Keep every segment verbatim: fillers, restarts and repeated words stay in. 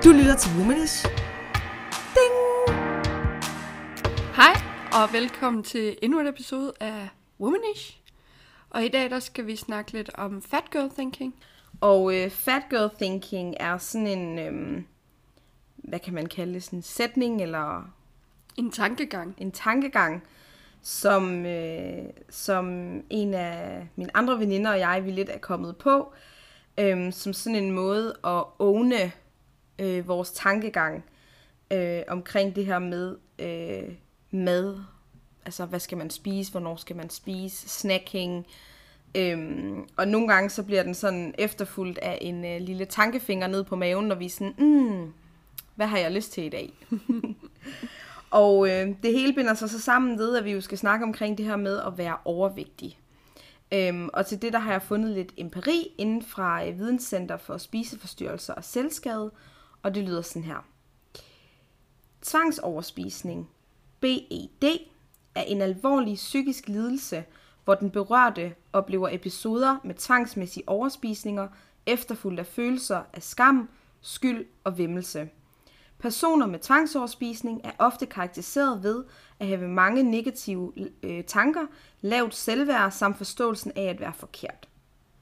Du lytter til Womanish. Ding! Hej, og velkommen til endnu et episode af Womanish. Og i dag der skal vi snakke lidt om fat girl thinking. Og øh, fat girl thinking er sådan en, øh, hvad kan man kalde det, sådan en sætning eller En tankegang. en tankegang, som, øh, som en af mine andre veninder og jeg, vi lidt er kommet på, øh, som sådan en måde at owne øh, vores tankegang øh, omkring det her med øh, mad. Altså, hvad skal man spise, hvornår skal man spise, snacking. Øhm, og nogle gange så bliver den sådan efterfulgt af en øh, lille tankefinger ned på maven, når vi er sådan, mm, hvad har jeg lyst til i dag? Og øh, det hele binder sig så sammen ved, at vi jo skal snakke omkring det her med at være overvægtig. Øhm, og til det der har jeg fundet lidt empiri inden fra øh, Videnscenter for Spiseforstyrrelser og Selvskade, og det lyder sådan her. Tvangsoverspisning, B E D, er en alvorlig psykisk lidelse, hvor den berørte oplever episoder med tvangsmæssige overspisninger, efterfulgt af følelser af skam, skyld og væmmelse. Personer med tvangsoverspisning er ofte karakteriseret ved at have mange negative øh, tanker, lavt selvværd samt forståelsen af at være forkert.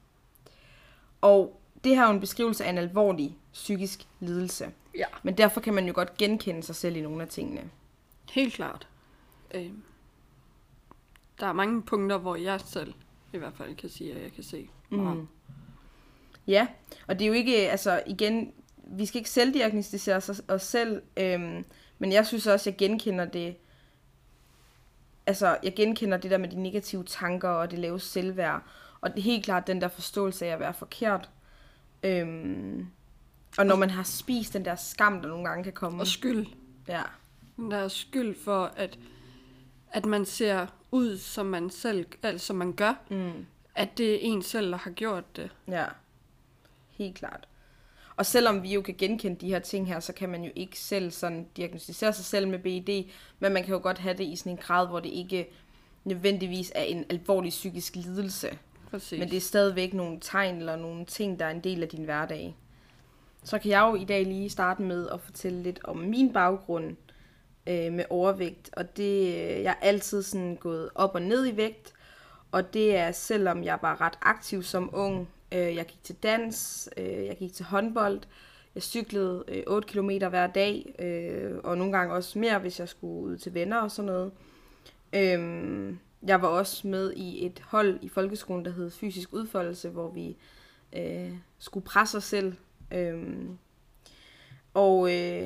Og det her er jo en beskrivelse af en alvorlig psykisk lidelse. Ja. Men derfor kan man jo godt genkende sig selv i nogle af tingene. Helt klart. Øh, der er mange punkter, hvor jeg selv i hvert fald kan sige, at jeg kan se meget. Mm. Ja, og det er jo ikke, altså igen, vi skal ikke selvdiagnostisere os selv, øhm, men jeg synes også, jeg genkender det, altså jeg genkender det der med de negative tanker og det lave selvværd, og det er helt klart den der forståelse af at være forkert. Øhm, og når man har spist den der skam, der nogle gange kan komme. Og skyld. Ja. Den der skyld for, at, at man ser ud, som man selv, altså som man gør, Mm. at det er en selv, der har gjort det. Ja, helt klart. Og selvom vi jo kan genkende de her ting her, så kan man jo ikke selv sådan diagnostisere sig selv med B E D, men man kan jo godt have det i sådan en grad, hvor det ikke nødvendigvis er en alvorlig psykisk lidelse. Præcis. Men det er stadigvæk nogle tegn eller nogle ting, der er en del af din hverdag. Så kan jeg jo i dag lige starte med at fortælle lidt om min baggrund øh, med overvægt. Og det, jeg er altid sådan gået op og ned i vægt, og det er selvom jeg var ret aktiv som ung. Jeg gik til dans, jeg gik til håndbold, jeg cyklede otte kilometer hver dag, og nogle gange også mere, hvis jeg skulle ud til venner og sådan noget. Jeg var også med i et hold i folkeskolen, der hed Fysisk Udfoldelse, hvor vi skulle presse os selv. Og,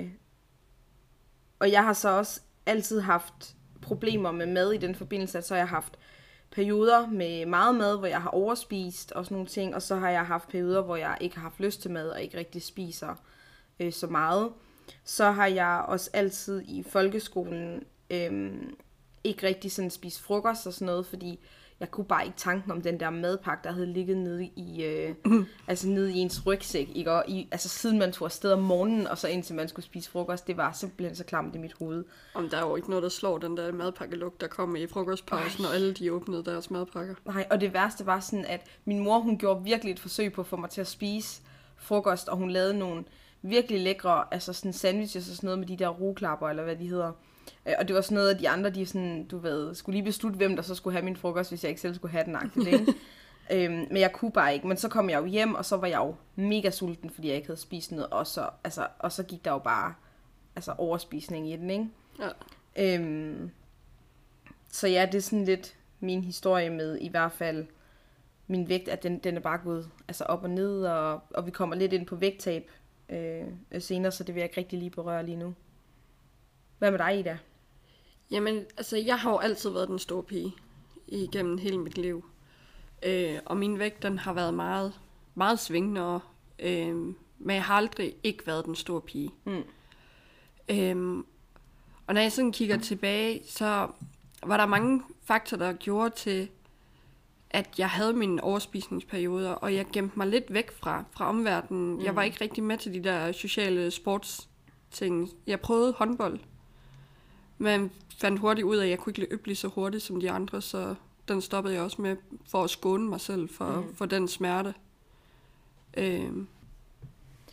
og jeg har så også altid haft problemer med mad i den forbindelse, at så har jeg haft perioder med meget mad, hvor jeg har overspist og sådan nogle ting, og så har jeg haft perioder, hvor jeg ikke har haft lyst til mad og ikke rigtig spiser øh, så meget. Så har jeg også altid i folkeskolen øh, ikke rigtig sådan spist frokost og sådan noget, fordi jeg kunne bare ikke tanken om den der madpakke, der havde ligget nede i, øh, mm. altså nede i ens rygsæk, ikke? Og i, altså siden man tog afsted om morgenen, og så indtil man skulle spise frokost, det var simpelthen så klamt i mit hoved. Om der er jo ikke noget, der slår den der madpakkelugt, der kom i frokostpausen, og alle de åbnede deres madpakker. Nej, og det værste var sådan, at min mor, hun gjorde virkelig et forsøg på at få mig til at spise frokost, og hun lavede nogle virkelig lækre, altså sådan sandwiches og sådan noget med de der roklapper, eller hvad de hedder. Og det var sådan noget, at de andre, de sådan, du ved, skulle lige beslutte, hvem der så skulle have min frokost, hvis jeg ikke selv skulle have den agtigt, ikke? øhm, men jeg kunne bare ikke. Men så kom jeg jo hjem, og så var jeg jo mega sulten, fordi jeg ikke havde spist noget. Og så, altså, og så gik der jo bare altså, overspisning i den, ikke? Ja. Øhm, så ja, det er sådan lidt min historie med i hvert fald min vægt, at den, den er bare gået altså, op og ned, og, og vi kommer lidt ind på vægttab øh, senere, så det vil jeg ikke rigtig lige berøre lige nu. Hvad med dig, Ida? Jamen, altså, jeg har jo altid været den store pige igennem hele mit liv. Øh, og min vægt, den har været meget, meget svingende, øh, men jeg har aldrig ikke været den store pige. Mm. Øh, og når jeg sådan kigger tilbage, så var der mange faktorer, der gjorde til, at jeg havde mine overspisningsperioder, og jeg gemte mig lidt væk fra, fra omverdenen. Mm. Jeg var ikke rigtig med til de der sociale sportsting. Jeg prøvede håndbold, men fandt hurtigt ud af, at jeg kunne ikke løbe lige så hurtigt som de andre, så den stoppede jeg også med for at skåne mig selv for, mm. for den smerte. Øh.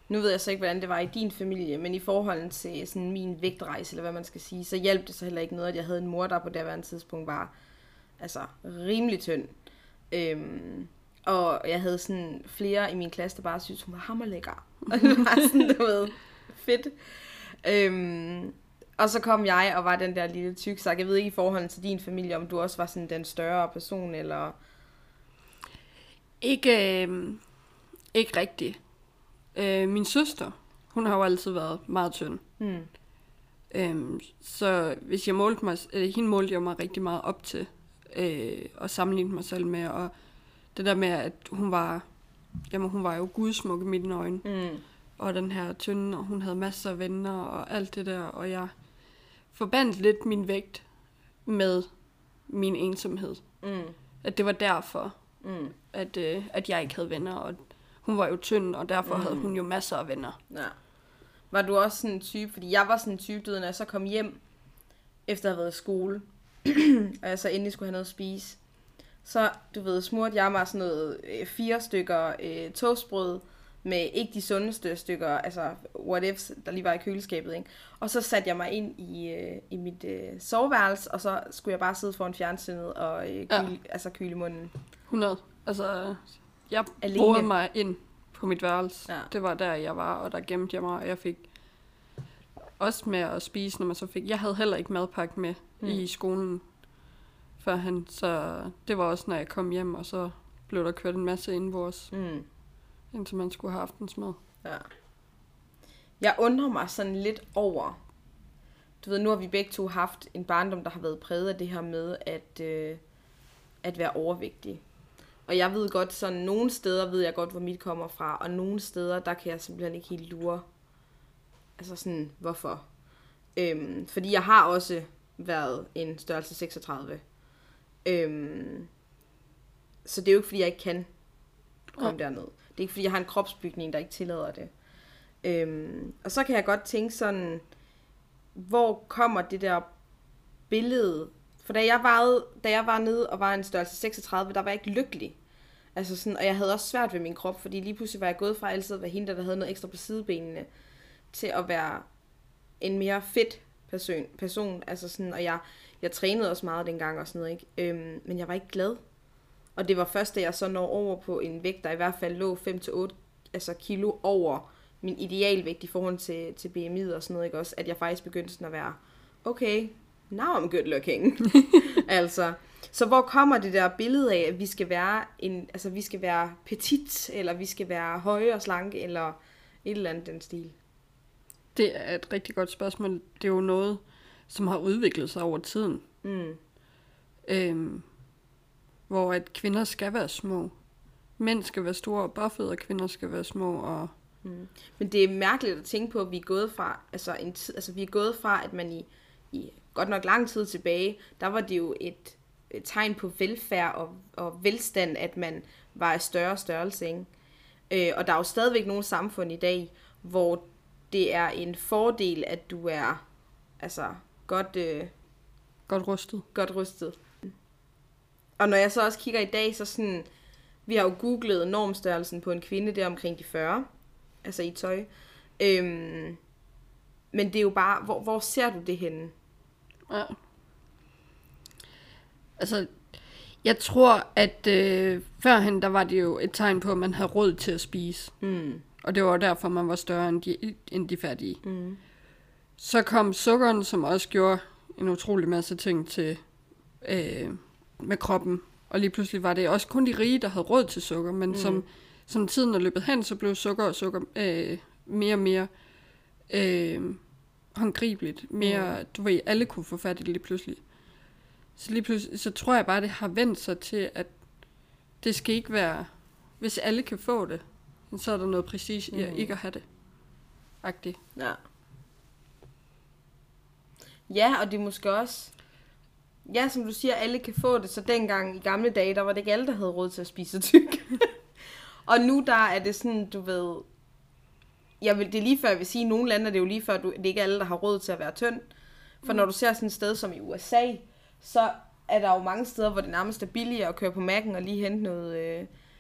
nu ved jeg så ikke, hvordan det var i din familie, men i forhold til sådan min vægtrejse, eller hvad man skal sige, så hjalp det så heller ikke noget, at jeg havde en mor, der på det her tidspunkt var altså rimelig tynd. Øhm, og jeg havde sådan flere i min klasse, der bare syntes, hun var hammerlækker. Og det var sådan, du ved, fedt. Øhm, og så kom jeg og var den der lille tyksak. Jeg ved ikke i forhold til din familie, om du også var sådan den større person, eller... Ikke, øh, ikke rigtigt. Øh, min søster, hun har jo altid været meget tynd. Hmm. Øhm, så hvis jeg målte mig, øh, hende målte jeg mig rigtig meget op til, øh, og sammenlignede mig selv med, og det der med, at hun var, jamen hun var jo gudsmuk i mine øjne, Mm. og den her tynde, og hun havde masser af venner, og alt det der, og jeg forbandt lidt min vægt med min ensomhed. Mm. At det var derfor, Mm. at, øh, at jeg ikke havde venner, og hun var jo tynd, og derfor mm. havde hun jo masser af venner. Ja. Var du også sådan en type, fordi jeg var sådan en type, du ved, når jeg så kom hjem, efter at have været i skole, og jeg så endelig skulle have noget at spise, så, du ved, smurte jeg mig sådan noget øh, fire stykker øh, toastbrød, med ikke de sundeste stykker, altså whatever, der lige var i køleskabet, ikke? Og så satte jeg mig ind i, øh, i mit øh, soveværelse, og så skulle jeg bare sidde foran fjernsynet og øh, kyle, ja. altså kyle munden. hundrede. Altså, jeg Alene. boede mig ind på mit værelse. Ja. Det var der, jeg var, og der gemte jeg mig, og jeg fik også med at spise, når man så fik... Jeg havde heller ikke madpakke med mm. i skolen førhen, så det var også, når jeg kom hjem, og så blev der kørt en masse indenbords, Mm. indtil man skulle have aftensmad. Ja. Jeg undrer mig sådan lidt over, du ved, nu har vi begge to haft en barndom, der har været præget af det her med at, øh, at være overvægtig. Og jeg ved godt, sådan nogle steder ved jeg godt, hvor mit kommer fra, og nogle steder, der kan jeg simpelthen ikke helt lure. Altså sådan, hvorfor? Øhm, fordi jeg har også været en størrelse seksogtredive. Øhm, så det er jo ikke, fordi jeg ikke kan komme ja. derned. Det er ikke, fordi jeg har en kropsbygning, der ikke tillader det. Øhm, og så kan jeg godt tænke sådan, hvor kommer det der billede? For da jeg, var, da jeg var nede og var en størrelse seksogtredive, der var jeg ikke lykkelig. Altså sådan, og jeg havde også svært ved min krop, fordi lige pludselig var jeg gået fra altid at være hende, der havde noget ekstra på sidebenene, til at være en mere fedt person. person. Altså sådan, og jeg, jeg trænede også meget dengang og sådan noget, ikke? Øhm, men jeg var ikke glad. Og det var først, da jeg så når over på en vægt, der i hvert fald lå fem til otte altså kilo over min idealvægt i forhold til, til B M I'et og sådan noget, ikke også? At jeg faktisk begyndte sådan at være, okay, now I'm good looking. altså, så hvor kommer det der billede af, at vi skal være en, altså vi skal være petit, eller vi skal være høje og slanke, eller et eller andet den stil? Det er et rigtig godt spørgsmål. Det er jo noget, som har udviklet sig over tiden. Mm. Øhm, hvor at kvinder skal være små. Mænd skal være store og buffede, og kvinder skal være små. Og... Mm. Men det er mærkeligt at tænke på, at vi er gået fra, altså, en tid, altså vi er gået fra, at man i, i godt nok lang tid tilbage, der var det jo et, et tegn på velfærd og, og velstand, at man var af større størrelse, ikke? Øh, og der er jo stadigvæk nogle samfund i dag, hvor det er en fordel, at du er altså godt, øh, godt rustet. Godt rustet. Og når jeg så også kigger i dag, så sådan, vi har jo googlet normstørrelsen på en kvinde, der omkring de fyrre, altså i tøj. Øhm, men det er jo bare, hvor, hvor ser du det henne? Ja. Altså, jeg tror, at øh, førhen, der var det jo et tegn på, at man havde råd til at spise. Mm. Og det var derfor, man var større end de, end de fattige. Mm. Så kom sukkeren, som også gjorde en utrolig masse ting til øh, med kroppen. Og lige pludselig var det også kun de rige, der havde råd til sukker. Men mm. som, som tiden er løbet hen, så blev sukker og sukker øh, mere og mere øh, håndgribeligt. Mere, mm. du ved, alle kunne få fat i det lige pludselig. Så lige pludselig, så tror jeg bare, det har vendt sig til, at det skal ikke være, hvis alle kan få det, så er der noget præcis i mm. ikke at have det. Agtigt. Ja. Ja, og det er måske også, ja, som du siger, alle kan få det, så dengang i gamle dage, der var det ikke alle, der havde råd til at spise tyk. Og nu der er det sådan, du ved, jeg vil, det er lige før, jeg vil sige, i nogle lande er det jo lige før, du, det er ikke alle, der har råd til at være tynd. For mm. når du ser sådan et sted som i U S A, så er der jo mange steder, hvor det nærmest er billigere at køre på Mac'en og lige hente noget, øh,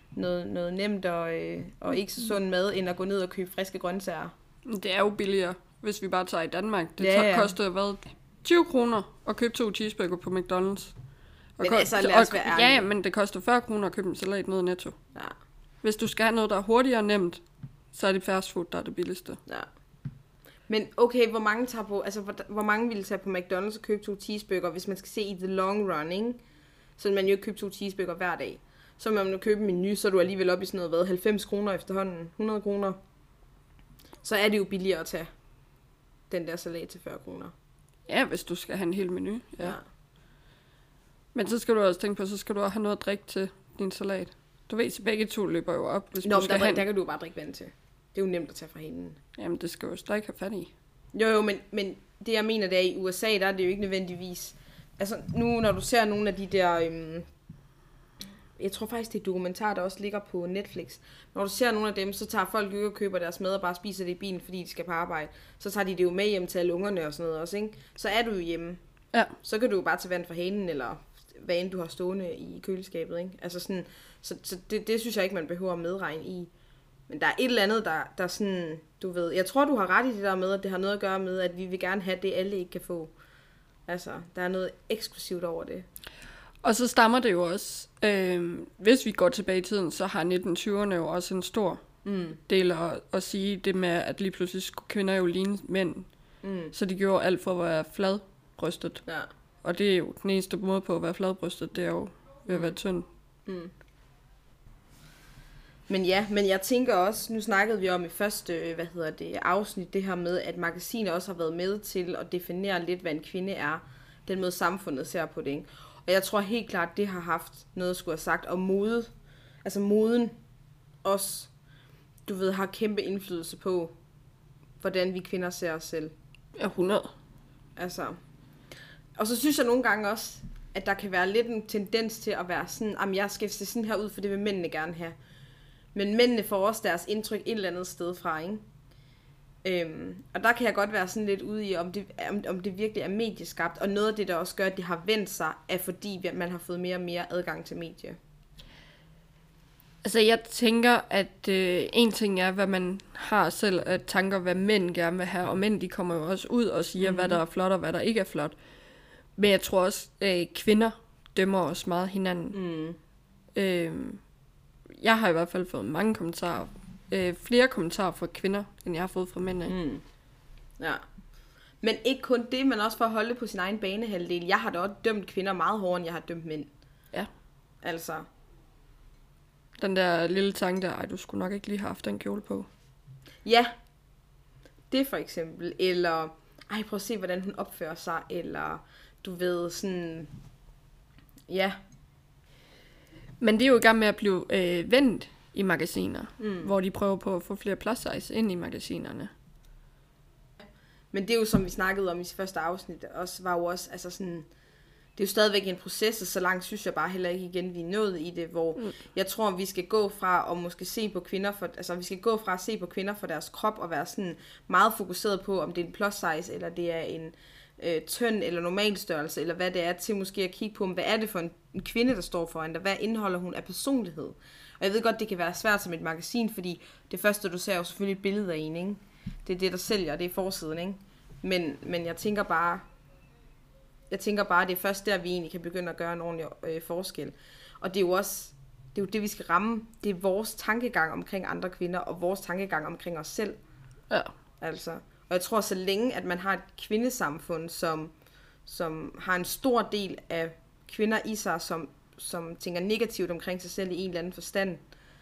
noget, noget nemt og, øh, og ikke så sund mad, end at gå ned og købe friske grøntsager. Det er jo billigere, hvis vi bare tager i Danmark. Det Ja, ja. koster hvad? tyve kroner at købe to cheeseburger på McDonald's. Og Men ko- altså, lad os være og, ærlige. ja, ja, men det koster fyrre kroner at købe en salat ned i Netto. Ja, Hvis du skal have noget, der er hurtigere og nemt, så er det fast food, der er det billigste. ja. Men okay, hvor mange tager på, altså hvor, hvor mange ville tage på McDonald's og købe to cheeseburger, hvis man skal se i the long run, ikke? Så vil man jo ikke købe to cheeseburger hver dag. Så vil man jo købe en menu, så er du alligevel oppe i sådan noget, hvad, halvfems kroner efterhånden, hundrede kroner. Så er det jo billigere at tage den der salat til fyrre kroner. Ja, hvis du skal have en hel menu. Ja. Ja. Men så skal du også tænke på, så skal du også have noget at drikke til din salat. Du ved, så begge to løber jo op. Hvis Nå, du men skal der, have... der kan du jo bare drikke vand til. Det er jo nemt at tage fra hende. Jamen, det skal jo stadig have fat i. Jo, jo, men, men det jeg mener, det er i U S A, der er det jo ikke nødvendigvis... Altså nu, når du ser nogle af de der... Øhm, jeg tror faktisk, det er dokumentar, der også ligger på Netflix. Når du ser nogle af dem, så tager folk jo og køber deres mad og bare spiser det i bilen, fordi de skal på arbejde. Så tager de det jo med hjem til alle ungerne og sådan noget også, ikke? Så er du jo hjemme. Ja. Så kan du jo bare tage vand fra hanen, eller hvad end du har stående i køleskabet, ikke? Altså sådan, så, så det, det synes jeg ikke, man behøver at medregne i. Men der er et eller andet, der, der sådan, du ved... Jeg tror, du har ret i det der med, at det har noget at gøre med, at vi vil gerne have det, alle ikke kan få. Altså, der er noget eksklusivt over det. Og så stammer det jo også, øh, hvis vi går tilbage i tiden, så har nitten tyverne jo også en stor Mm. del at, at sige det med, at lige pludselig skulle kvinder jo ligne mænd. Mm. Så de gjorde alt for at være fladbrystet. Ja. Og det er jo den eneste måde på at være fladbrystet, det er jo ved at være tynd. Mm. Men ja, men jeg tænker også, nu snakkede vi om i første, hvad hedder det, afsnit, det her med, at magasiner også har været med til at definere lidt, hvad en kvinde er. Den måde samfundet ser på det, ikke? Og jeg tror helt klart, det har haft noget at skulle have sagt. Og mode, altså moden også, du ved, har kæmpe indflydelse på, hvordan vi kvinder ser os selv. Ja, hundrede. Altså. Og så synes jeg nogle gange også, at der kan være lidt en tendens til at være sådan, jamen jeg skal se sådan her ud, for det vil mændene gerne have. Men mændene får også deres indtryk et eller andet sted fra, ikke? Øhm, og der kan jeg godt være sådan lidt ude i, om det, om, om det virkelig er medieskabt. Og noget af det, der også gør, at det har vendt sig, er fordi man har fået mere og mere adgang til medie. Altså, jeg tænker, at øh, en ting er, hvad man har selv af tanker, hvad mænd gerne vil have. Og mænd, de kommer jo også ud og siger, mm-hmm. hvad der er flot og hvad der ikke er flot. Men jeg tror også, at øh, kvinder dømmer os meget hinanden. Mm. Øh, jeg har i hvert fald fået mange kommentarer. Øh, flere kommentarer fra kvinder, end jeg har fået fra mænd. Mm. Ja. Men ikke kun det, men også for at holde på sin egen banehalvdel. Jeg har da også dømt kvinder meget hårdere, end jeg har dømt mænd. Ja. Altså. Den der lille tanke der, ej, du skulle nok ikke lige have haft den kjole på. Ja. Det for eksempel. Eller, ej, prøv at se, hvordan hun opfører sig. Eller, du ved, sådan... Ja. Men det er jo i gang med at blive øh, vendt i magasiner, Mm. hvor de prøver på at få flere plus size ind i magasinerne. Men det er jo, som vi snakkede om i første afsnit, også var jo også, altså sådan... Det er jo stadigvæk en proces, og så langt synes jeg bare heller ikke igen, vi er nået i det, hvor mm. jeg tror, vi skal gå fra at måske se på kvinder for, altså vi skal gå fra at se på kvinder for deres krop og være sådan meget fokuseret på, om det er en plus size, eller det er en øh, tynd eller normal størrelse, eller hvad det er, til måske at kigge på, hvad er det for en, en kvinde, der står foran dig, hvad indeholder hun af personlighed. Og jeg ved godt, det kan være svært som et magasin, fordi det første, du ser, er jo selvfølgelig et billede af en, ikke? Det er det, der sælger, det er forsiden, ikke? Men, men jeg tænker bare, Jeg tænker bare, at det er først der, vi egentlig kan begynde at gøre en ordentlig øh, forskel. Og det er jo også, det er jo det, vi skal ramme. Det er vores tankegang omkring andre kvinder, og vores tankegang omkring os selv. Ja. Altså. Og jeg tror, så længe, at man har et kvindesamfund, som, som har en stor del af kvinder i sig, som, som tænker negativt omkring sig selv i en eller anden forstand,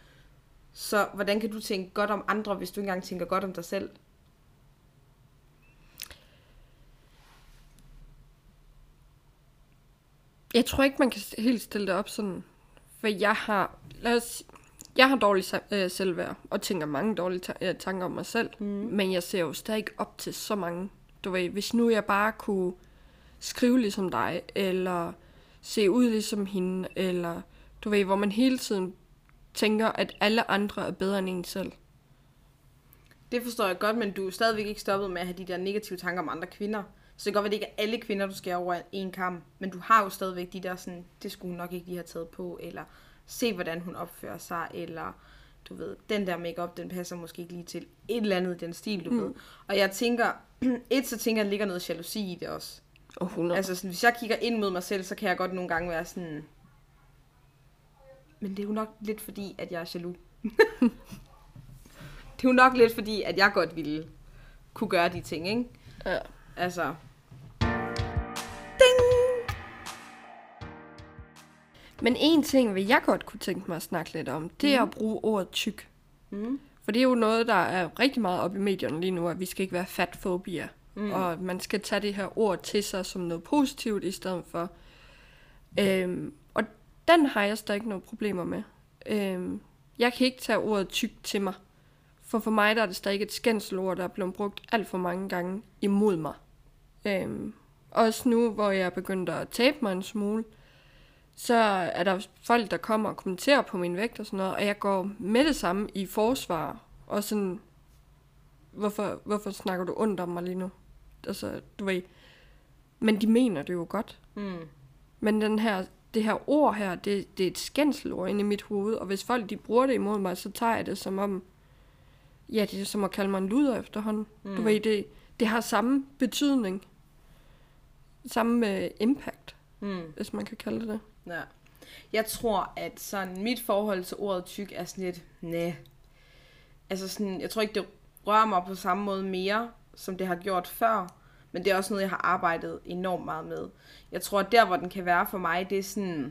så hvordan kan du tænke godt om andre, hvis du ikke engang tænker godt om dig selv? Jeg tror ikke, man kan helt stille det op sådan. For jeg har, lad os, jeg har dårlig øh, selvværd, og tænker mange dårlige ta- øh, tanker om mig selv. Mm. Men jeg ser jo stadig op til så mange. Du ved, hvis nu jeg bare kunne skrive ligesom dig, eller se ud ligesom hende, eller du ved, hvor man hele tiden tænker, at alle andre er bedre end en selv. Det forstår jeg godt, men du er stadigvæk ikke stoppet med at have de der negative tanker om andre kvinder. Så det kan godt være, at det ikke er alle kvinder, du skal over en kam. Men du har jo stadigvæk de der sådan, det skulle hun nok ikke lige have taget på, eller se hvordan hun opfører sig, eller du ved, den der makeup, den passer måske ikke lige til et eller andet i den stil, du mm. ved. Og jeg tænker, et, så tænker jeg, at der ligger noget jalousi i det også. Oh, hundrede. Altså, sådan, hvis jeg kigger ind mod mig selv, så kan jeg godt nogle gange være sådan, men det er jo nok lidt fordi, at jeg er jaloux. Det er jo nok lidt fordi, at jeg godt ville kunne gøre de ting, ikke? Ja. Altså. Ding! Men en ting, vil jeg godt kunne tænke mig at snakke lidt om, det er mm. at bruge ordet tyk. Mm. For det er jo noget, der er rigtig meget op i medierne lige nu, at vi skal ikke være fatfobia. Mm. Og man skal tage det her ord til sig som noget positivt i stedet for. Øhm, og den har jeg stadig ikke nogen problemer med. Øhm, jeg kan ikke tage ordet tyk til mig. For for mig der er det stadig et skændselsord, der er blevet brugt alt for mange gange imod mig. Øhm, også nu, hvor jeg er begyndt at tabe mig en smule, så er der folk, der kommer og kommenterer på min vægt og sådan noget, og jeg går med det samme i forsvar, og sådan, hvorfor, hvorfor snakker du ondt om mig lige nu? Altså, du ved, men de mener det jo godt. Mm. Men den her, det her ord her, det, det er et skændselsord inde i mit hoved, og hvis folk de bruger det imod mig, så tager jeg det som om, ja, det er som at kalde mig en luder efterhånden. Mm. Du ved, det, det har samme betydning, samme uh, impact, mm. hvis man kan kalde det det. Ja. Jeg tror, at sådan mit forhold til ordet tyk er sådan lidt, næh. Altså sådan, jeg tror ikke, det rører mig på samme måde mere, som det har gjort før. Men det er også noget, jeg har arbejdet enormt meget med. Jeg tror, at der, hvor den kan være for mig, det er sådan,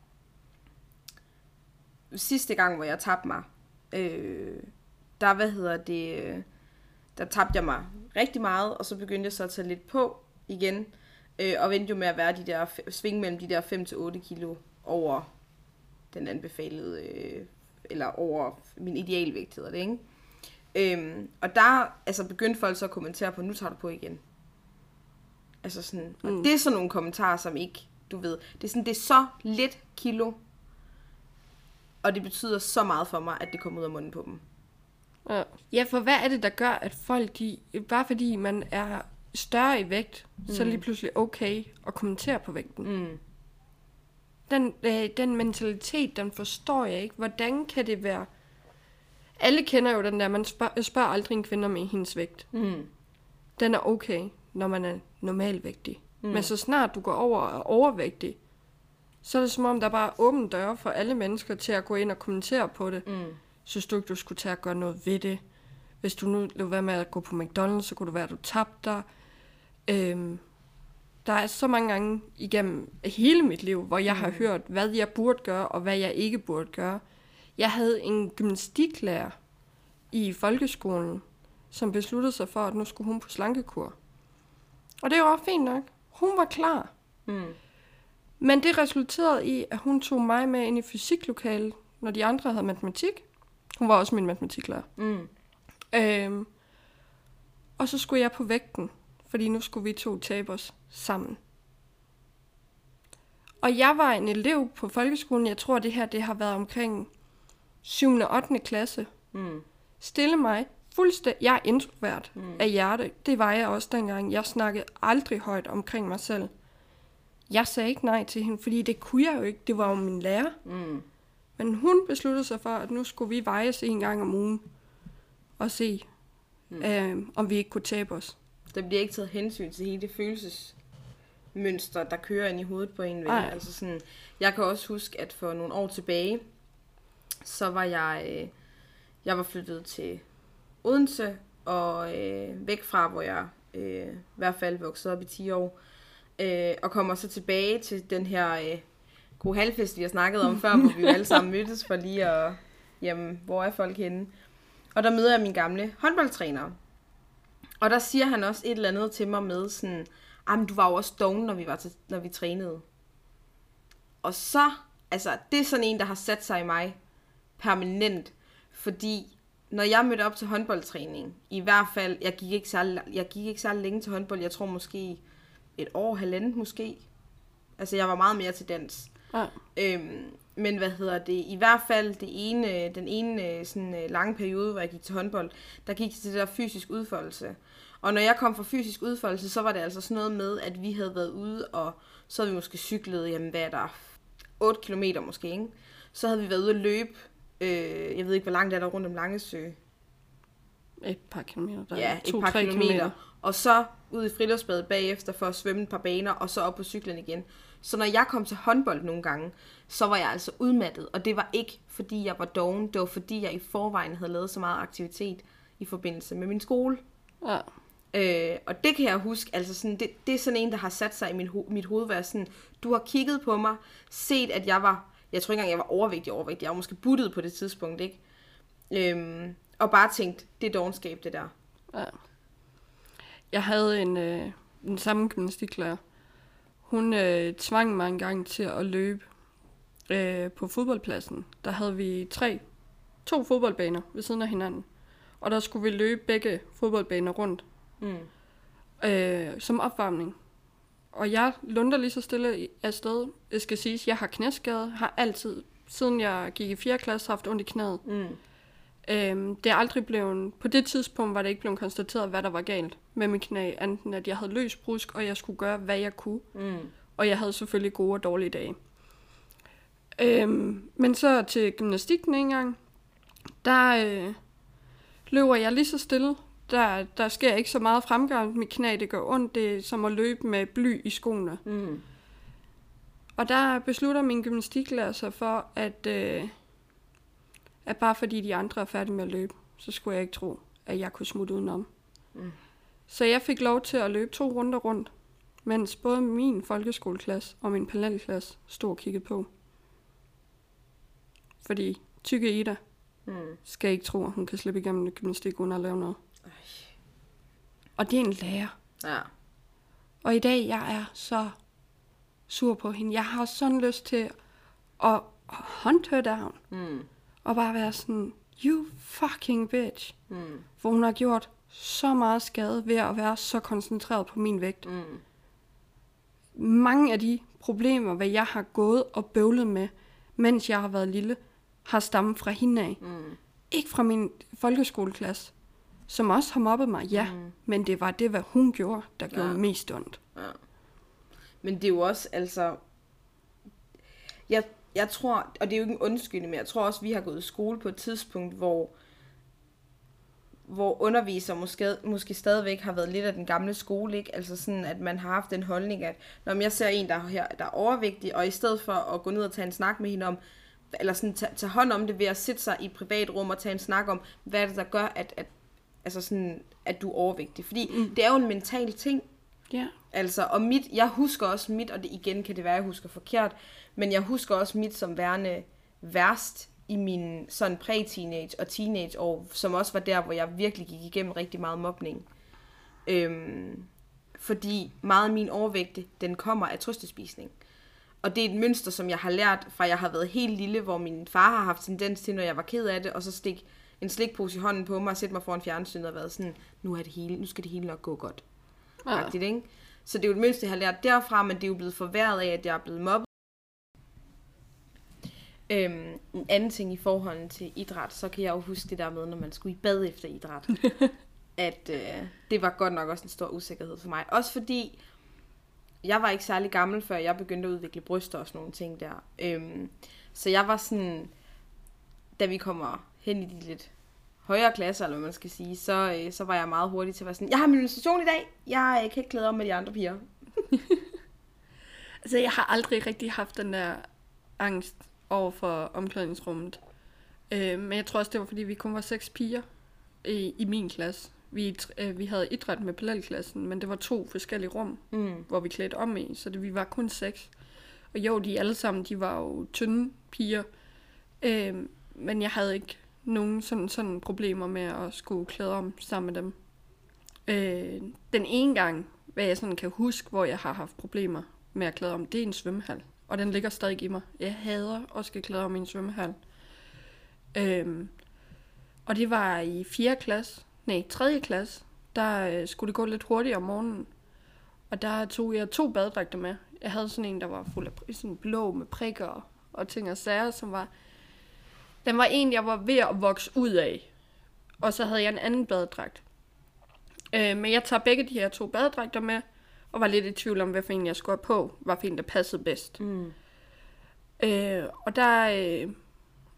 sidste gang, hvor jeg tabte mig, øh, der, hvad hedder det, øh, der tabte jeg mig rigtig meget, og så begyndte jeg så at tage lidt på igen, øh, og vendte jo med at være de der, svinge mellem de der fem til otte kilo over den anbefalede, øh, eller over min idealvægt, hedder det, ikke? Øhm, og der altså begyndte folk så at kommentere på, nu tager du på igen. Altså sådan, og mm. det er sådan nogle kommentarer, som ikke, du ved, det er sådan, det er så lidt kilo, og det betyder så meget for mig, at det kommer ud af munden på dem. Ja. ja, for hvad er det, der gør, at folk, de, bare fordi man er større i vægt, mm. så er det lige pludselig okay at kommentere på vægten. Mm. Den, øh, den mentalitet, den forstår jeg ikke. Hvordan kan det være? Alle kender jo den der, man spørger, spørger aldrig en kvinde med hendes vægt. Mm. Den er okay, når man er normalvægtig. Mm. Men så snart du går over og er overvægtig, så er det som om, der bare er åbne døre for alle mennesker til at gå ind og kommentere på det. Mm. Synes du ikke, du skulle tage at gøre noget ved det? Hvis du nu lød være med at gå på McDonald's, så kunne det være, at du tabte dig. Øhm, der er så mange gange igennem hele mit liv, hvor jeg mm. har hørt, hvad jeg burde gøre, og hvad jeg ikke burde gøre. Jeg havde en gymnastiklærer i folkeskolen, som besluttede sig for, at nu skulle hun på slankekur. Og det var fint nok. Hun var klar. Mm. Men det resulterede i, at hun tog mig med ind i fysiklokalet, når de andre havde matematik. Hun var også min matematiklærer. Mm. Øhm, og så skulle jeg på vægten, fordi nu skulle vi to tabe os sammen. Og jeg var en elev på folkeskolen, jeg tror det her det har været omkring syvende og ottende klasse. Mm. Stille mig fuldstændig. Jeg er introvert mm. af hjerte. Det var jeg også dengang. Jeg snakkede aldrig højt omkring mig selv. Jeg sagde ikke nej til hende, fordi det kunne jeg jo ikke. Det var jo min lærer. Mm. Men hun besluttede sig for, at nu skulle vi vejes en gang om ugen og se, mm. øh, om vi ikke kunne tabe os. Der bliver ikke taget hensyn til hele det følelsesmønster, der kører ind i hovedet på en. Altså sådan, jeg kan også huske, at for nogle år tilbage, så var jeg, øh, jeg var flyttet til Odense, og øh, væk fra, hvor jeg øh, i hvert fald voksede op i ti år, øh, og kommer så tilbage til den her øh, gode halvfest, vi har snakket om før, hvor vi jo alle sammen mødtes for lige at, jamen, hvor er folk henne? Og der møder jeg min gamle håndboldtræner. Og der siger han også et eller andet til mig med sådan, men du var jo også doven, når vi, var til, når vi trænede. Og så, altså, det er sådan en, der har sat sig i mig permanent, fordi når jeg mødte op til håndboldtræning, i hvert fald, jeg gik ikke særlig, jeg gik ikke særlig længe til håndbold, jeg tror måske et år, halvandet måske. Altså, jeg var meget mere til dans. Ja. Øhm, men hvad hedder det, i hvert fald det ene, den ene sådan, lange periode, hvor jeg gik til håndbold, der gik til det der fysisk udfoldelse. Og når jeg kom fra fysisk udfoldelse, så var det altså sådan noget med, at vi havde været ude, og så havde vi måske cyklet, jamen hvad er der, otte kilometer måske, ikke? Så havde vi været ude at løbe, øh, jeg ved ikke, hvor langt er der rundt om Langesø. Et par kilometer. Der Ja, er et to, par tre kilometer. kilometer. Og så ud i friluftsbadet bagefter for at svømme et par baner, og så op på cyklen igen. Så når jeg kom til håndbold nogle gange, så var jeg altså udmattet. Og det var ikke, fordi jeg var doven. Det var, fordi jeg i forvejen havde lavet så meget aktivitet i forbindelse med min skole. Ja. Øh, og det kan jeg huske, altså sådan, det, det er sådan en, der har sat sig i min ho- mit hoved, være sådan, du har kigget på mig, set at jeg var, jeg tror ikke engang, jeg var overvægtig overvægtig, jeg var måske buttet på det tidspunkt, ikke? Øhm, og bare tænkt, det er dovenskab, det der. Ja. Jeg havde en, øh, den samme gymnastiklærer. Hun øh, tvang mig en gang til at løbe øh, på fodboldpladsen. Der havde vi tre, to fodboldbaner ved siden af hinanden. Og der skulle vi løbe begge fodboldbaner rundt. Mm. Øh, som opvarmning. Og jeg lunder lige så stille afsted. Jeg skal sige, jeg har knæskade. Har altid, siden jeg gik i fjerde klasse, haft ondt i knæet. Mm. Øhm, det er aldrig blevet, på det tidspunkt var det ikke blevet konstateret, hvad der var galt med mit knæ, enten at jeg havde løs brusk, og jeg skulle gøre, hvad jeg kunne. Mm. Og jeg havde selvfølgelig gode og dårlige dage. Øhm, men så til gymnastikken en gang, der øh, løber jeg lige så stille. Der, der sker ikke så meget fremgang. Mit knæ, det gør ondt. Det er som at løbe med bly i skoene. Mm. Og der beslutter min gymnastiklærer sig for, at, øh, at bare fordi de andre er færdige med at løbe, så skulle jeg ikke tro, at jeg kunne smutte udenom. Mm. Så jeg fik lov til at løbe to runder rundt, mens både min folkeskoleklasse og min parallelklasse stod og kiggede på. Fordi tykke Ida Mm. skal ikke tro, at hun kan slippe igennem gymnastik uden at lave noget. Ej. Og det er en lærer. Ja. Og i dag, jeg er så sur på hende. Jeg har sådan lyst til at hunt her down. Mm. Og bare være sådan, you fucking bitch. Mm. For hun har gjort så meget skade ved at være så koncentreret på min vægt. Mm. Mange af de problemer, hvad jeg har gået og bøvlet med, mens jeg har været lille, har stammet fra hende af. Mm. Ikke fra min folkeskoleklasse, som også har mobbet mig, ja. Mm. Men det var det, hvad hun gjorde, der gjorde Ja. mest ondt. Ja. Men det er jo også, altså... Jeg, jeg tror, og det er jo ikke en undskyldning, men jeg tror også, vi har gået i skole på et tidspunkt, hvor, hvor underviser måske, måske stadigvæk har været lidt af den gamle skole, ikke? Altså sådan, at man har haft den holdning, at når jeg ser en, der er, her, der er overvægtig, og i stedet for at gå ned og tage en snak med hende om, eller sådan tage, tage hånd om det ved at sætte sig i et privat rum og tage en snak om, hvad er det, der gør, at, at, altså sådan, at du er overvægtig. Fordi mm. det er jo en mental ting. Ja. Altså, og mit, jeg husker også mit, og det igen kan det være, jeg husker forkert, men jeg husker også mit som værende værst i min sådan præ-teenage og teenageår, som også var der, hvor jeg virkelig gik igennem rigtig meget mobning. Øhm, fordi meget af min overvægte, den kommer af trøstespisning. Og det er et mønster, som jeg har lært fra, jeg har været helt lille, hvor min far har haft tendens til, når jeg var ked af det, og så stik en slikpose i hånden på mig og sætte mig foran fjernsynet og været sådan, nu, er det hele, nu skal det hele nok gå godt. Ja. Faktisk, ikke? Så det er jo et mønster, jeg har lært derfra, men det er jo blevet forværret af, at jeg er blevet mobbet. Øhm, en anden ting i forhold til idræt, så kan jeg jo huske det der med, når man skulle i bad efter idræt. at øh, det var godt nok også en stor usikkerhed for mig. Også fordi, jeg var ikke særlig gammel, før jeg begyndte at udvikle bryster og sådan nogle ting der. Øhm, så jeg var sådan, da vi kommer hen i de lidt højere klasser, eller hvad man skal sige, så, øh, så var jeg meget hurtig til at være sådan, jeg har min menstruation i dag, jeg øh, kan ikke klæde om med de andre piger. Altså, jeg har aldrig rigtig haft den der angst over for omklædningsrummet. Øh, men jeg tror også, det var, fordi vi kun var seks piger i, i min klasse. Vi, øh, vi havde idræt med parallelklassen, men det var to forskellige rum, mm. hvor vi klædte om i, så det, vi var kun seks. Og jo, de alle sammen, de var jo tynde piger, øh, men jeg havde ikke nogen sådan, sådan problemer med at skulle klæde om sammen med dem. Øh, den ene gang, hvad jeg sådan kan huske, hvor jeg har haft problemer med at klæde om, det er en svømmehal. Og den ligger stadig i mig. Jeg hader at skal klæde om i en svømmehal. Øh, og det var i fjerde klasse, nej, tredje klasse, der øh, skulle det gå lidt hurtigere om morgenen. Og der tog jeg to badedragter med. Jeg havde sådan en, der var fuld af sådan blå med prikker og, og ting og sager, som var... Den var en, jeg var ved at vokse ud af. Og så havde jeg en anden badedragt. Øh, men jeg tager begge de her to badedragter med, og var lidt i tvivl om, hvad for en jeg skulle have på, hvad for en, der passede bedst. Mm. Øh, og der øh,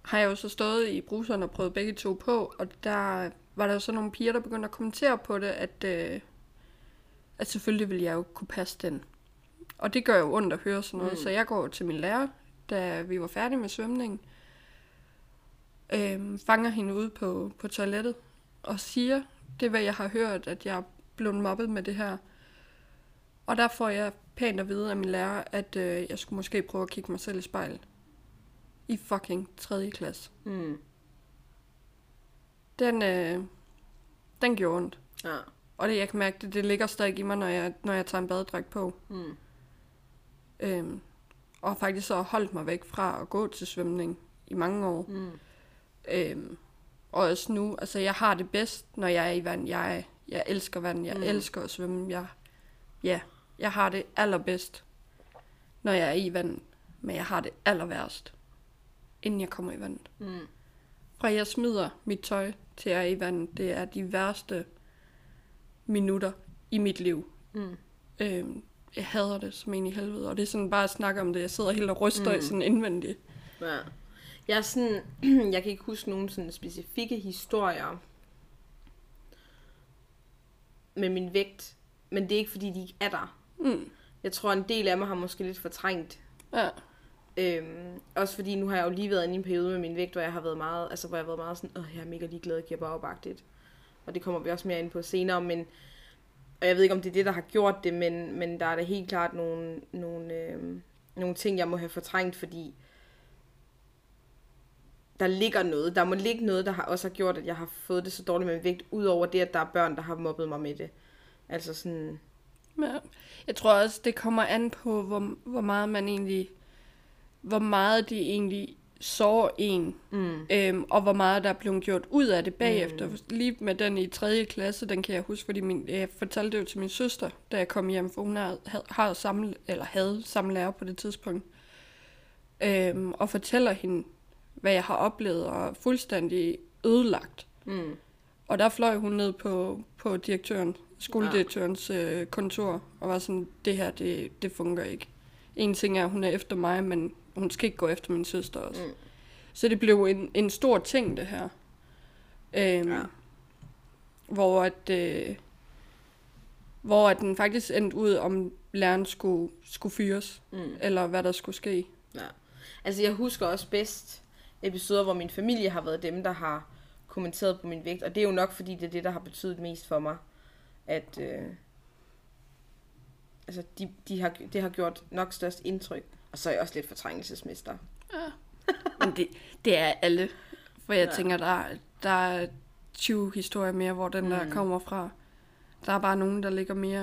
har jeg jo så stået i bruseren og prøvet begge to på, og der var der jo så nogle piger, der begyndte at kommentere på det, at, øh, at selvfølgelig ville jeg jo kunne passe den. Og det gør jo ondt at høre sådan noget, mm. så jeg går til min lærer, da vi var færdige med svømningen, øh, fanger hende ude på, på toilettet, og siger, det er hvad jeg har hørt, at jeg er blevet mobbet med det her. Og der får jeg pænt at vide af min lærer, at øh, jeg skulle måske prøve at kigge mig selv i spejlet. I fucking tredje klasse. Mm. Den, øh, den gjorde ondt. Ja. Og det, jeg kan mærke, det, det ligger stadig i mig, når jeg, når jeg tager en badedragt på. Mm. Øhm, og faktisk så holdt mig væk fra at gå til svømning i mange år. Mm. Øhm, og også nu, altså jeg har det bedst, når jeg er i vand. Jeg, jeg elsker vand, jeg mm. elsker at svømme. Jeg, ja, jeg har det allerbedst, når jeg er i vand. Men jeg har det aller værst, inden jeg kommer i vandet. Mm. Fra jeg smider mit tøj til jeg er i vandet, det er de værste minutter i mit liv. Mm. Øhm, jeg hader det som en i helvede, og det er sådan bare at snakke om det. Jeg sidder helt og ryster mm. i sådan indvendigt. Ja. Jeg er sådan, jeg kan ikke huske nogen sådan specifikke historier med min vægt, men det er ikke fordi de ikke er der. Mm. Jeg tror en del af mig har måske lidt fortrængt. Ja. Øhm, også fordi nu har jeg jo lige været inde i en periode med min vægt, hvor jeg har været meget, altså hvor jeg har været meget sådan, åh, jeg er mega ligeglad, jeg giver bare opagtigt. Og det kommer vi også mere ind på senere, men, og jeg ved ikke om det er det, der har gjort det, men, men der er da helt klart nogle, nogle, øh, nogle ting, jeg må have fortrængt, fordi der ligger noget, der må ligge noget, der har også har gjort, at jeg har fået det så dårligt med min vægt, udover det, at der er børn, der har mobbet mig med det. Altså sådan... Ja. Jeg tror også, det kommer an på, hvor, hvor meget man egentlig, hvor meget de egentlig så en, mm. øhm, og hvor meget der er blevet gjort ud af det bagefter. Mm. Lige med den i tredje klasse, den kan jeg huske, fordi min, jeg fortalte det jo til min søster, da jeg kom hjem, for hun havde, havde, samme, eller havde samme lærer på det tidspunkt, øhm, og fortæller hende, hvad jeg har oplevet, og fuldstændig ødelagt. Mm. Og der fløj hun ned på, på direktøren, skoledirektørens øh, kontor, og var sådan, det her, det, det fungerer ikke. En ting er, at hun er efter mig, men hun skal ikke gå efter min søster også. Mm. Så det blev en, en stor ting, det her. Øhm, ja. Hvor at, øh, hvor at den faktisk endte ud, om læreren skulle, skulle fyres, mm. eller hvad der skulle ske. Ja. Altså, jeg husker også bedst episoder, hvor min familie har været dem, der har kommenteret på min vægt, og det er jo nok, fordi det er det, der har betydet mest for mig, at øh, altså, de, de har, det har gjort nok størst indtryk. Og så er jeg også lidt fortrængelsesmester. Ja. Men det, det er alle. For jeg ja. tænker, der, der er tyve historier mere, hvor den mm. der kommer fra. Der er bare nogen, der ligger mere,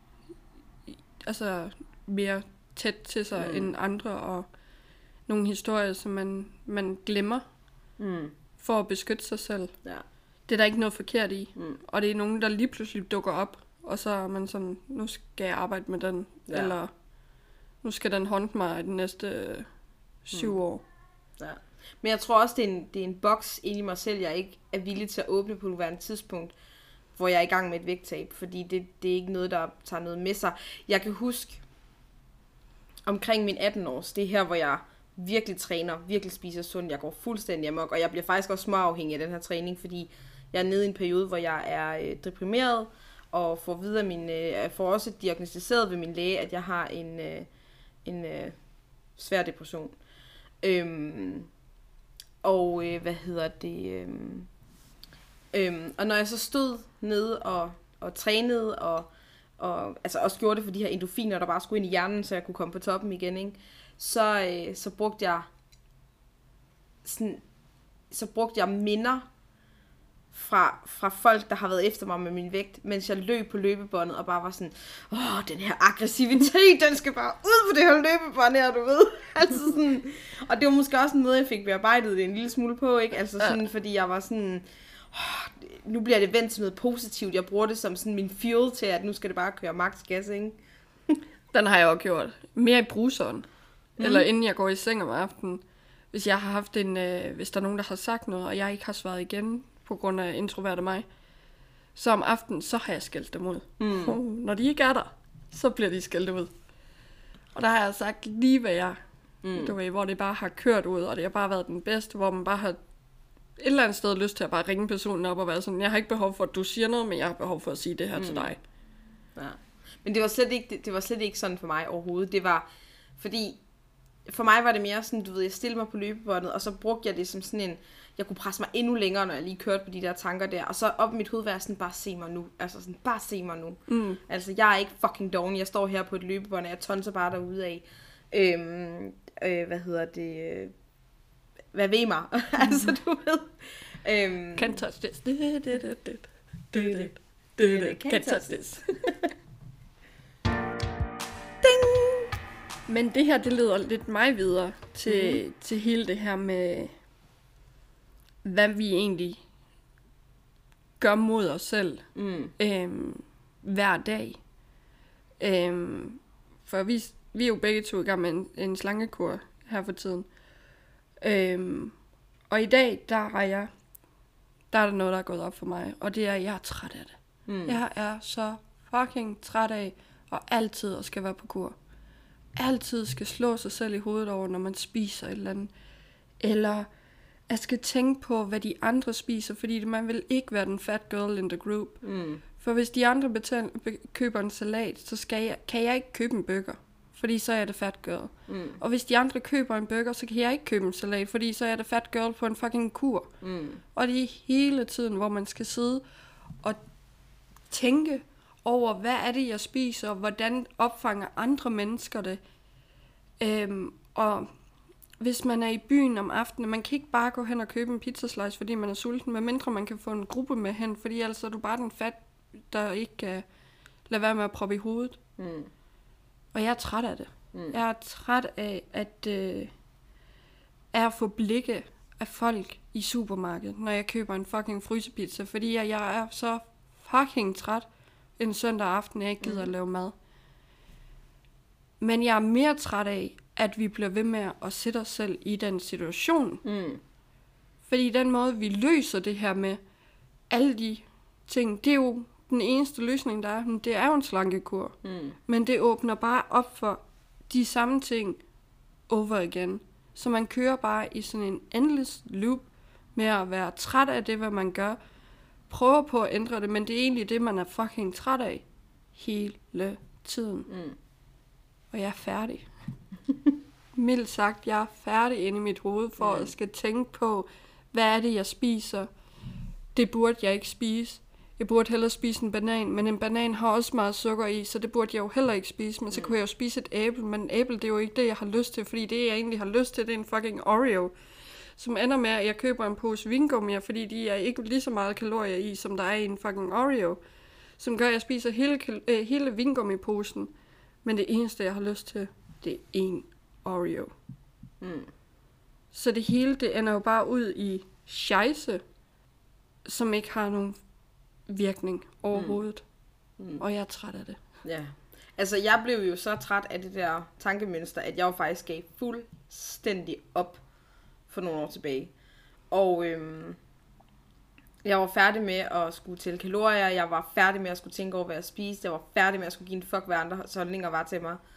altså mere tæt til sig mm. end andre, og nogle historier, som man, man glemmer mm. for at beskytte sig selv. Ja. Det er der ikke noget forkert i. Mm. Og det er nogen, der lige pludselig dukker op, og så er man sådan, nu skal jeg arbejde med den, ja. eller nu skal den håndte mig i de næste øh, syv mm. år. Ja. Men jeg tror også, det er en, det er en boks inde i mig selv, jeg ikke er villig til at åbne på nuværende tidspunkt, hvor jeg er i gang med et vægttab, fordi det, det er ikke noget, der tager noget med sig. Jeg kan huske, omkring min atten års, det er her, hvor jeg virkelig træner, virkelig spiser sundt, jeg går fuldstændig amok, og jeg bliver faktisk også småafhængig af den her træning, fordi jeg er nede i en periode, hvor jeg er øh, deprimeret, og får videre min, øh, får også diagnosticeret ved min læge, at jeg har en, øh, en øh, svær depression. Øhm, og øh, hvad hedder det? Øhm, øhm, og når jeg så stod nede og, og trænede, og, og altså også gjorde det for de her endorfiner, der bare skulle ind i hjernen, så jeg kunne komme på toppen igen, ikke? Så, øh, så brugte jeg sådan, så brugte jeg minder fra, fra folk, der har været efter mig med min vægt, mens jeg løb på løbebåndet og bare var sådan, åh, den her aggressivitet, den skal bare ud på det her løbebånd her, du ved. Altså sådan, og det var måske også en måde, jeg fik bearbejdet det en lille smule på, ikke? Altså sådan, ja. Fordi jeg var sådan, åh, nu bliver det vendt til noget positivt, jeg bruger det som sådan min fuel til, at nu skal det bare køre max gas, ikke? Den har jeg også gjort. Mere i bruseren. Mm. Eller inden jeg går i seng om aftenen. Hvis jeg har haft en, øh, hvis der er nogen, der har sagt noget, og jeg ikke har svaret igen, på grund af introverte mig, så om aftenen, så har jeg skældt dem ud. Mm. Når de ikke er der, så bliver de skældt ud. Og der har jeg sagt lige, hvad jeg Mm. Du ved, hvor det bare har kørt ud, og det har bare været den bedste, hvor man bare har et eller andet sted lyst til at bare ringe personen op og være sådan, jeg har ikke behov for, at du siger noget, men jeg har behov for at sige det her mm. til dig. Ja. Men det var, slet ikke, det, det var slet ikke sådan for mig overhovedet. Det var, fordi for mig var det mere sådan, du ved, jeg stillede mig på løbebåndet, og så brugte jeg det som sådan en, jeg kunne presse mig endnu længere, når jeg lige kørte på de der tanker der, og så op i mit hoved var jeg sådan, bare se mig nu, altså sådan, bare se mig nu. Mm. Altså, jeg er ikke fucking doven, jeg står her på et løbebånd, og jeg tonser bare derude af, øhm, øh, hvad hedder det, øh, hvad ved mig, altså, du ved. Øhm, Can't touch this. Can't touch this. Men det her, det leder lidt mig videre til, mm. til hele det her med, hvad vi egentlig gør mod os selv mm. øhm, hver dag. Øhm, for vi, vi er jo begge to i gang med en, en slangekur her for tiden. Øhm, og i dag, der har jeg, der er der noget, der er gået op for mig, og det er, at jeg er træt af det. Mm. Jeg er så fucking træt af, og altid at skal være på kur. Altid skal slå sig selv i hovedet over, når man spiser et eller andet. Eller at skal tænke på, hvad de andre spiser, fordi man vil ikke være den fat girl in the group. Mm. For hvis de andre betal, be, køber en salat, så skal jeg, kan jeg ikke købe en burger, fordi så er jeg det fat girl. Mm. Og hvis de andre køber en burger, så kan jeg ikke købe en salat, fordi så er jeg det fat girl på en fucking kur. Mm. Og det er hele tiden, hvor man skal sidde og tænke over, hvad er det, jeg spiser, og hvordan opfanger andre mennesker det. Øhm, og hvis man er i byen om aftenen, man kan ikke bare gå hen og købe en pizzaslice, fordi man er sulten, medmindre man kan få en gruppe med hen, fordi ellers er du bare den fat, der ikke kan lade være med at proppe i hovedet. Mm. Og jeg er træt af det. Mm. Jeg er træt af, at, øh, af at få blikke af folk i supermarkedet, når jeg køber en fucking frysepizza, fordi jeg, jeg er så fucking træt en søndag aften, jeg ikke gider mm. at lave mad. Men jeg er mere træt af, at vi bliver ved med at sætte os selv i den situation. Mm. Fordi den måde, vi løser det her med alle de ting, det er jo den eneste løsning, der er. Det er jo en slankekur. Mm. Men det åbner bare op for de samme ting over igen. Så man kører bare i sådan en endless loop med at være træt af det, hvad man gør. Prøver på at ændre det, men det er egentlig det, man er fucking træt af hele tiden. Mm. Og jeg er færdig. Mildt sagt, jeg er færdig inde i mit hoved, for mm. at skal tænke på, hvad er det, jeg spiser. Det burde jeg ikke spise. Jeg burde hellere spise en banan, men en banan har også meget sukker i, så det burde jeg jo heller ikke spise. Men så kunne jeg jo spise et æble, men en æble, det er jo ikke det, jeg har lyst til, fordi det, jeg egentlig har lyst til, det er en fucking Oreo, som ender med, at jeg køber en pose vingummier, fordi de er ikke lige så meget kalorier i, som der er i en fucking Oreo, som gør, at jeg spiser hele, øh, hele vingummiposen, men det eneste, jeg har lyst til, det er en Oreo. Mm. Så det hele, det ender jo bare ud i scheisse, som ikke har nogen virkning overhovedet. Mm. Mm. Og jeg er træt af det. Ja. Altså, jeg blev jo så træt af det der tankemønster, at jeg jo faktisk gav fuldstændig op for nogle år tilbage. Og øhm, jeg var færdig med at skulle tælle kalorier, jeg var færdig med at skulle tænke over, hvad jeg spiste, jeg var færdig med at skulle give en fuck, hvad andre holdninger var til mig.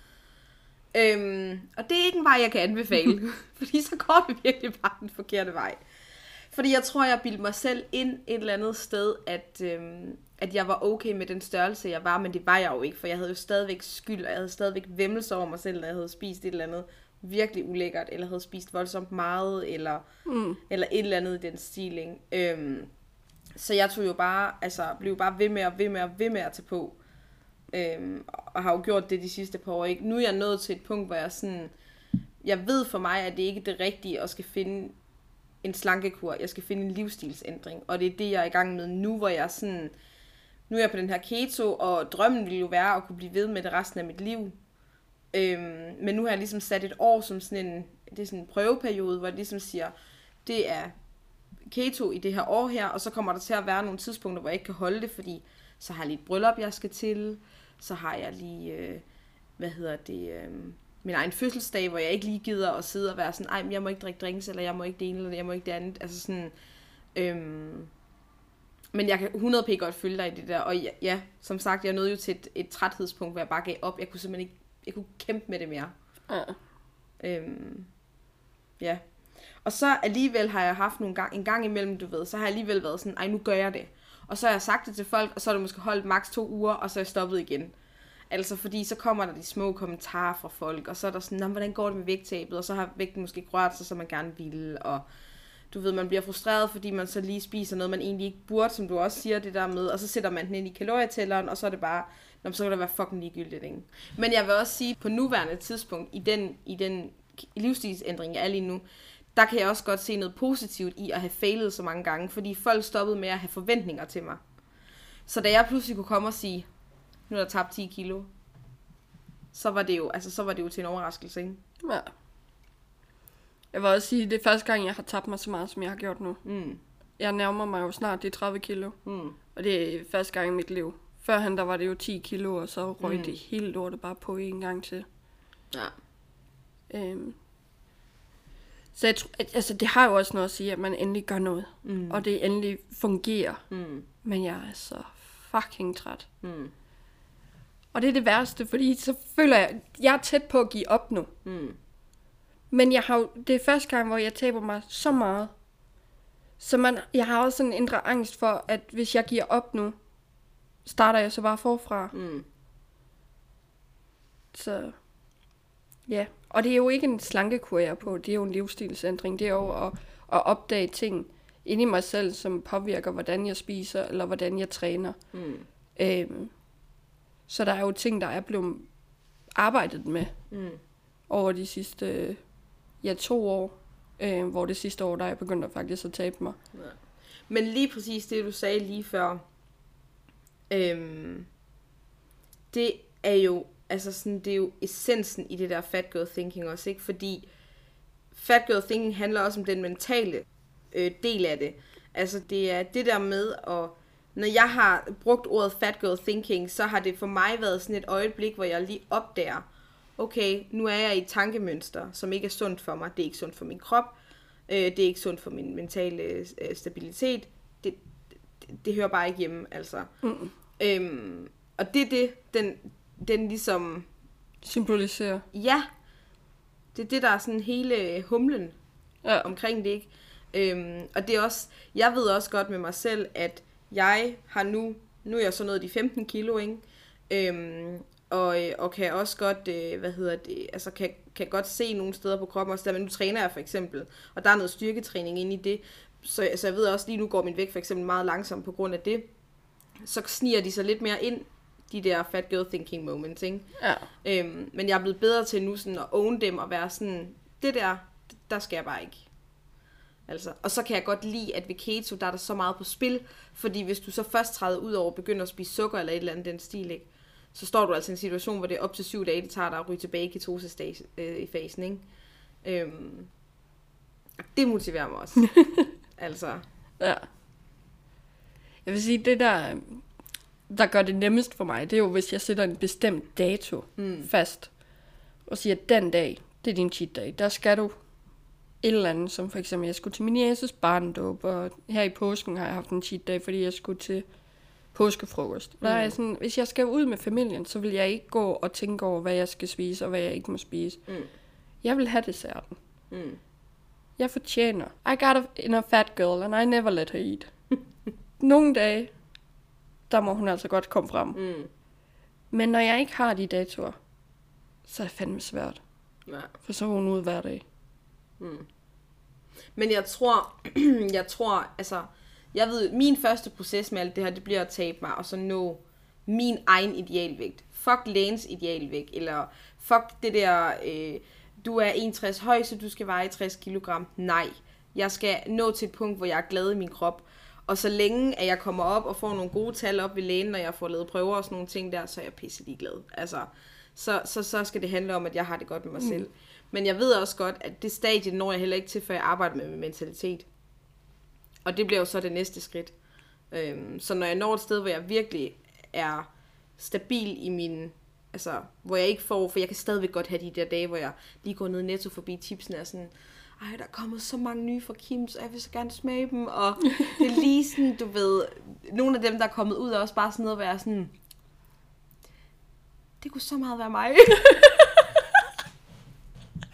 Øhm, og det er ikke en vej, jeg kan anbefale, fordi så går det virkelig bare den forkerte vej. Fordi jeg tror, jeg bildte mig selv ind et eller andet sted, at, øhm, at jeg var okay med den størrelse, jeg var, men det var jeg jo ikke, for jeg havde jo stadigvæk skyld, og jeg havde stadigvæk væmmelse over mig selv, når jeg havde spist et eller andet virkelig ulækkert, eller havde spist voldsomt meget, eller, mm. eller et eller andet i den stil. Øhm, så jeg tog jo bare, altså blev bare ved med og ved med og ved med at tage på. Øhm, og har jo gjort det de sidste par år, ikke? Nu er jeg nået til et punkt, hvor jeg sådan, jeg ved for mig, at det ikke er det rigtige at skal finde en slankekur. Jeg skal finde en livsstilsændring, og det er det, jeg er i gang med nu, hvor jeg sådan, nu er jeg på den her keto, og drømmen ville jo være at kunne blive ved med det resten af mit liv. Øhm, men nu har jeg ligesom sat et år som sådan en, det er sådan en prøveperiode, hvor jeg ligesom siger, det er keto i det her år her, og så kommer der til at være nogle tidspunkter, hvor jeg ikke kan holde det, fordi så har jeg lige et bryllup, jeg skal til, så har jeg lige, øh, hvad hedder det, øh, min egen fødselsdag, hvor jeg ikke lige gider at sidde og være sådan, ej, men jeg må ikke drikke drinks, eller jeg må ikke det ene, eller jeg må ikke det andet, altså sådan, øhm, men jeg kan hundrede procent godt følge dig i det der, og ja, ja som sagt, jeg nåede jo til et, et træthedspunkt, hvor jeg bare gav op, jeg kunne simpelthen ikke, jeg kunne kæmpe med det mere. Ja. Øhm, ja. Og så alligevel har jeg haft nogle gang, en gang imellem, du ved, så har jeg alligevel været sådan, ej, nu gør jeg det. Og så har jeg sagt det til folk, og så har det måske holdt maks to uger, og så er jeg stoppet igen. Altså, fordi så kommer der de små kommentarer fra folk, og så er der sådan, hvordan går det med vægttabet? Og så har vægten måske rørt sig, som man gerne ville, og du ved, man bliver frustreret, fordi man så lige spiser noget, man egentlig ikke burde, som du også siger det der med, og så sætter man den ind i kalorietælleren, og så er det bare, nå, så kan det være fucking ligegyldigt, ikke? Men jeg vil også sige, på nuværende tidspunkt, i den, i den livsstilsændring, jeg er lige nu, der kan jeg også godt se noget positivt i at have failet så mange gange, fordi folk stoppede med at have forventninger til mig. Så da jeg pludselig kunne komme og sige, nu er der tabt ti kilo, så var det jo, altså, så var det jo til en overraskelse, ikke? Ja. Jeg vil også sige, det er første gang, jeg har tabt mig så meget, som jeg har gjort nu. Mm. Jeg nærmer mig jo snart de tredive kilo, Mm. og det er første gang i mit liv. Førhen, der var det jo ti kilo, og så røg Mm. det hele lortet bare på en gang til. Ja. Øhm. Så jeg tror, at, altså, det har jo også noget at sige, at man endelig gør noget, Mm. og det endelig fungerer. Mm. Men jeg er så fucking træt. Mm. Og det er det værste, fordi så føler jeg, jeg er tæt på at give op nu. Mm. Men jeg har jo, det er første gang, hvor jeg taber mig så meget. Så man, jeg har også en indre angst for, at hvis jeg giver op nu, starter jeg så bare forfra. Mm. Så ja, og det er jo ikke en slankekur, jeg er på. Det er jo en livsstilsændring. Det er jo at, at opdage ting inde i mig selv, som påvirker, hvordan jeg spiser, eller hvordan jeg træner. Mm. Øhm, så der er jo ting, der er blevet arbejdet med Mm. over de sidste ja, to år. Øh, hvor det sidste år, der er jeg begyndt at faktisk at tabe mig. Ja. Men lige præcis det, du sagde lige før, øhm, det er jo, altså sådan, det er jo essensen i det der fat girl thinking også, ikke? Fordi fat girl thinking handler også om den mentale øh, del af det. Altså det er det der med, at når jeg har brugt ordet fat girl thinking, så har det for mig været sådan et øjeblik, hvor jeg lige opdager, okay, nu er jeg i et tankemønster, som ikke er sundt for mig. Det er ikke sundt for min krop. Øh, det er ikke sundt for min mentale øh, stabilitet. Det, det, det hører bare ikke hjemme, altså. Mm. Øhm, og det er det, den, den ligesom... Symboliserer. Ja, det er det, der er sådan hele humlen Ja. omkring det, ikke? Øhm, og det er også... Jeg ved også godt med mig selv, at jeg har nu... Nu er jeg så nået de femten kilo, ikke? Øhm, og, og kan også godt, øh, hvad hedder det, altså kan, kan godt se nogle steder på kroppen også, der, men nu træner jeg for eksempel, og der er noget styrketræning inde i det, så, så jeg ved også, lige nu går min vægt for eksempel meget langsomt på grund af det, så sniger de sig lidt mere ind, de der fat girl thinking moments, ikke? Ja. Øhm, men jeg er blevet bedre til nu sådan at own dem og være sådan, det der, der skal jeg bare ikke. Altså, og så kan jeg godt lide, at ved keto, der er der så meget på spil, fordi hvis du så først træder ud over og begynder at spise sukker eller et eller andet den stil, ikke? Så står du altså i en situation, hvor det er op til syv dage, det tager dig at ryge tilbage i ketose øh, i fasen, ikke? Øhm, det motiverer mig også. Altså. Ja. Jeg vil sige, det der, der gør det nemmest for mig, det er jo, hvis jeg sætter en bestemt dato Mm. fast, og siger, at den dag, det er din cheat day, der skal du et eller andet, som for eksempel, jeg skulle til min jæses barndåb, og her i påsken har jeg haft en cheat day, fordi jeg skulle til påskefrokost. Mm. Der er sådan, hvis jeg skal ud med familien, så vil jeg ikke gå og tænke over, hvad jeg skal spise, og hvad jeg ikke må spise. Mm. Jeg vil have desserten. Mm. Jeg fortjener. I got a, in a fat girl, and I never let her eat. Nogle dage, der må hun altså godt komme frem. Mm. Men når jeg ikke har de datoer, så er det fandme svært. Ja. For så er hun ude hver dag. Mm. Men jeg tror, jeg tror, altså, jeg ved, min første proces med alt det her, det bliver at tabe mig, og så nå min egen idealvægt. Fuck lægens idealvægt, eller fuck det der, øh, du er enogtres høj, så du skal veje tres kilogram. Nej, jeg skal nå til et punkt, hvor jeg er glad i min krop. Og så længe, at jeg kommer op og får nogle gode tal op ved lægen, når jeg får lavet prøver og sådan nogle ting der, så er jeg pisselig glad. Altså, så, så, så skal det handle om, at jeg har det godt med mig selv. Mm. Men jeg ved også godt, at det stadie når jeg heller ikke til, før jeg arbejder med min mentalitet. Og det bliver jo så det næste skridt. Øhm, så når jeg når et sted, hvor jeg virkelig er stabil i min... Altså, hvor jeg ikke får... For jeg kan stadigvæk godt have de der dage, hvor jeg lige går ned i Netto forbi tipsene og sådan... Ej, der er kommet så mange nye fra Kims, og jeg vil så gerne smage dem. Og det er lige sådan, du ved... Nogle af dem, der er kommet ud, er også bare sådan noget, hvor jeg er sådan... Det kunne så meget være mig. Det kunne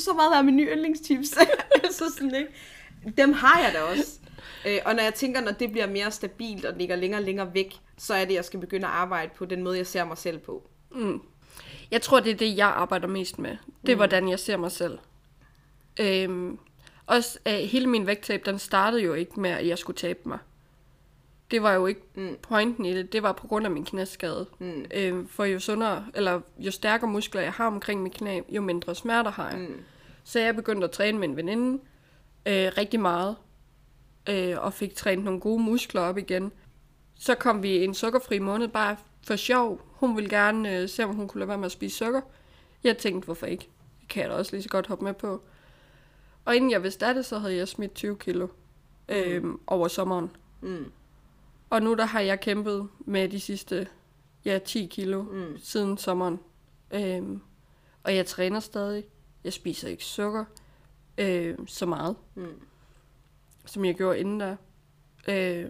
så meget være mine nye yndlingstips. Så sådan, ikke? Dem har jeg da også. Øh, og når jeg tænker, når det bliver mere stabilt og ligger længere og længere væk, så er det, jeg skal begynde at arbejde på den måde, jeg ser mig selv på. Mm. Jeg tror, det er det, jeg arbejder mest med. Det er, mm. hvordan jeg ser mig selv. Øhm, også øh, hele min vægttab, den startede jo ikke med, at jeg skulle tabe mig. Det var jo ikke mm. pointen i det. Det var på grund af min knæskade. Mm. Øhm, for jo sundere, eller jo stærkere muskler jeg har omkring mit knæ, jo mindre smerter har jeg. Mm. Så jeg begyndte at træne med en veninde øh, rigtig meget. Øh, og fik trænet nogle gode muskler op igen. Så kom vi en sukkerfri måned, bare for sjov. Hun ville gerne øh, se, om hun kunne lade være med at spise sukker. Jeg tænkte, hvorfor ikke? Det kan jeg da også lige så godt hoppe med på. Og inden jeg vidste af det, så havde jeg smidt tyve kilo øh, mm. over sommeren. Mm. Og nu der har jeg kæmpet med de sidste ja, ti kilo mm. siden sommeren. Øh, og jeg træner stadig. Jeg spiser ikke sukker øh, så meget, mm. som jeg gjorde inden der. Øh,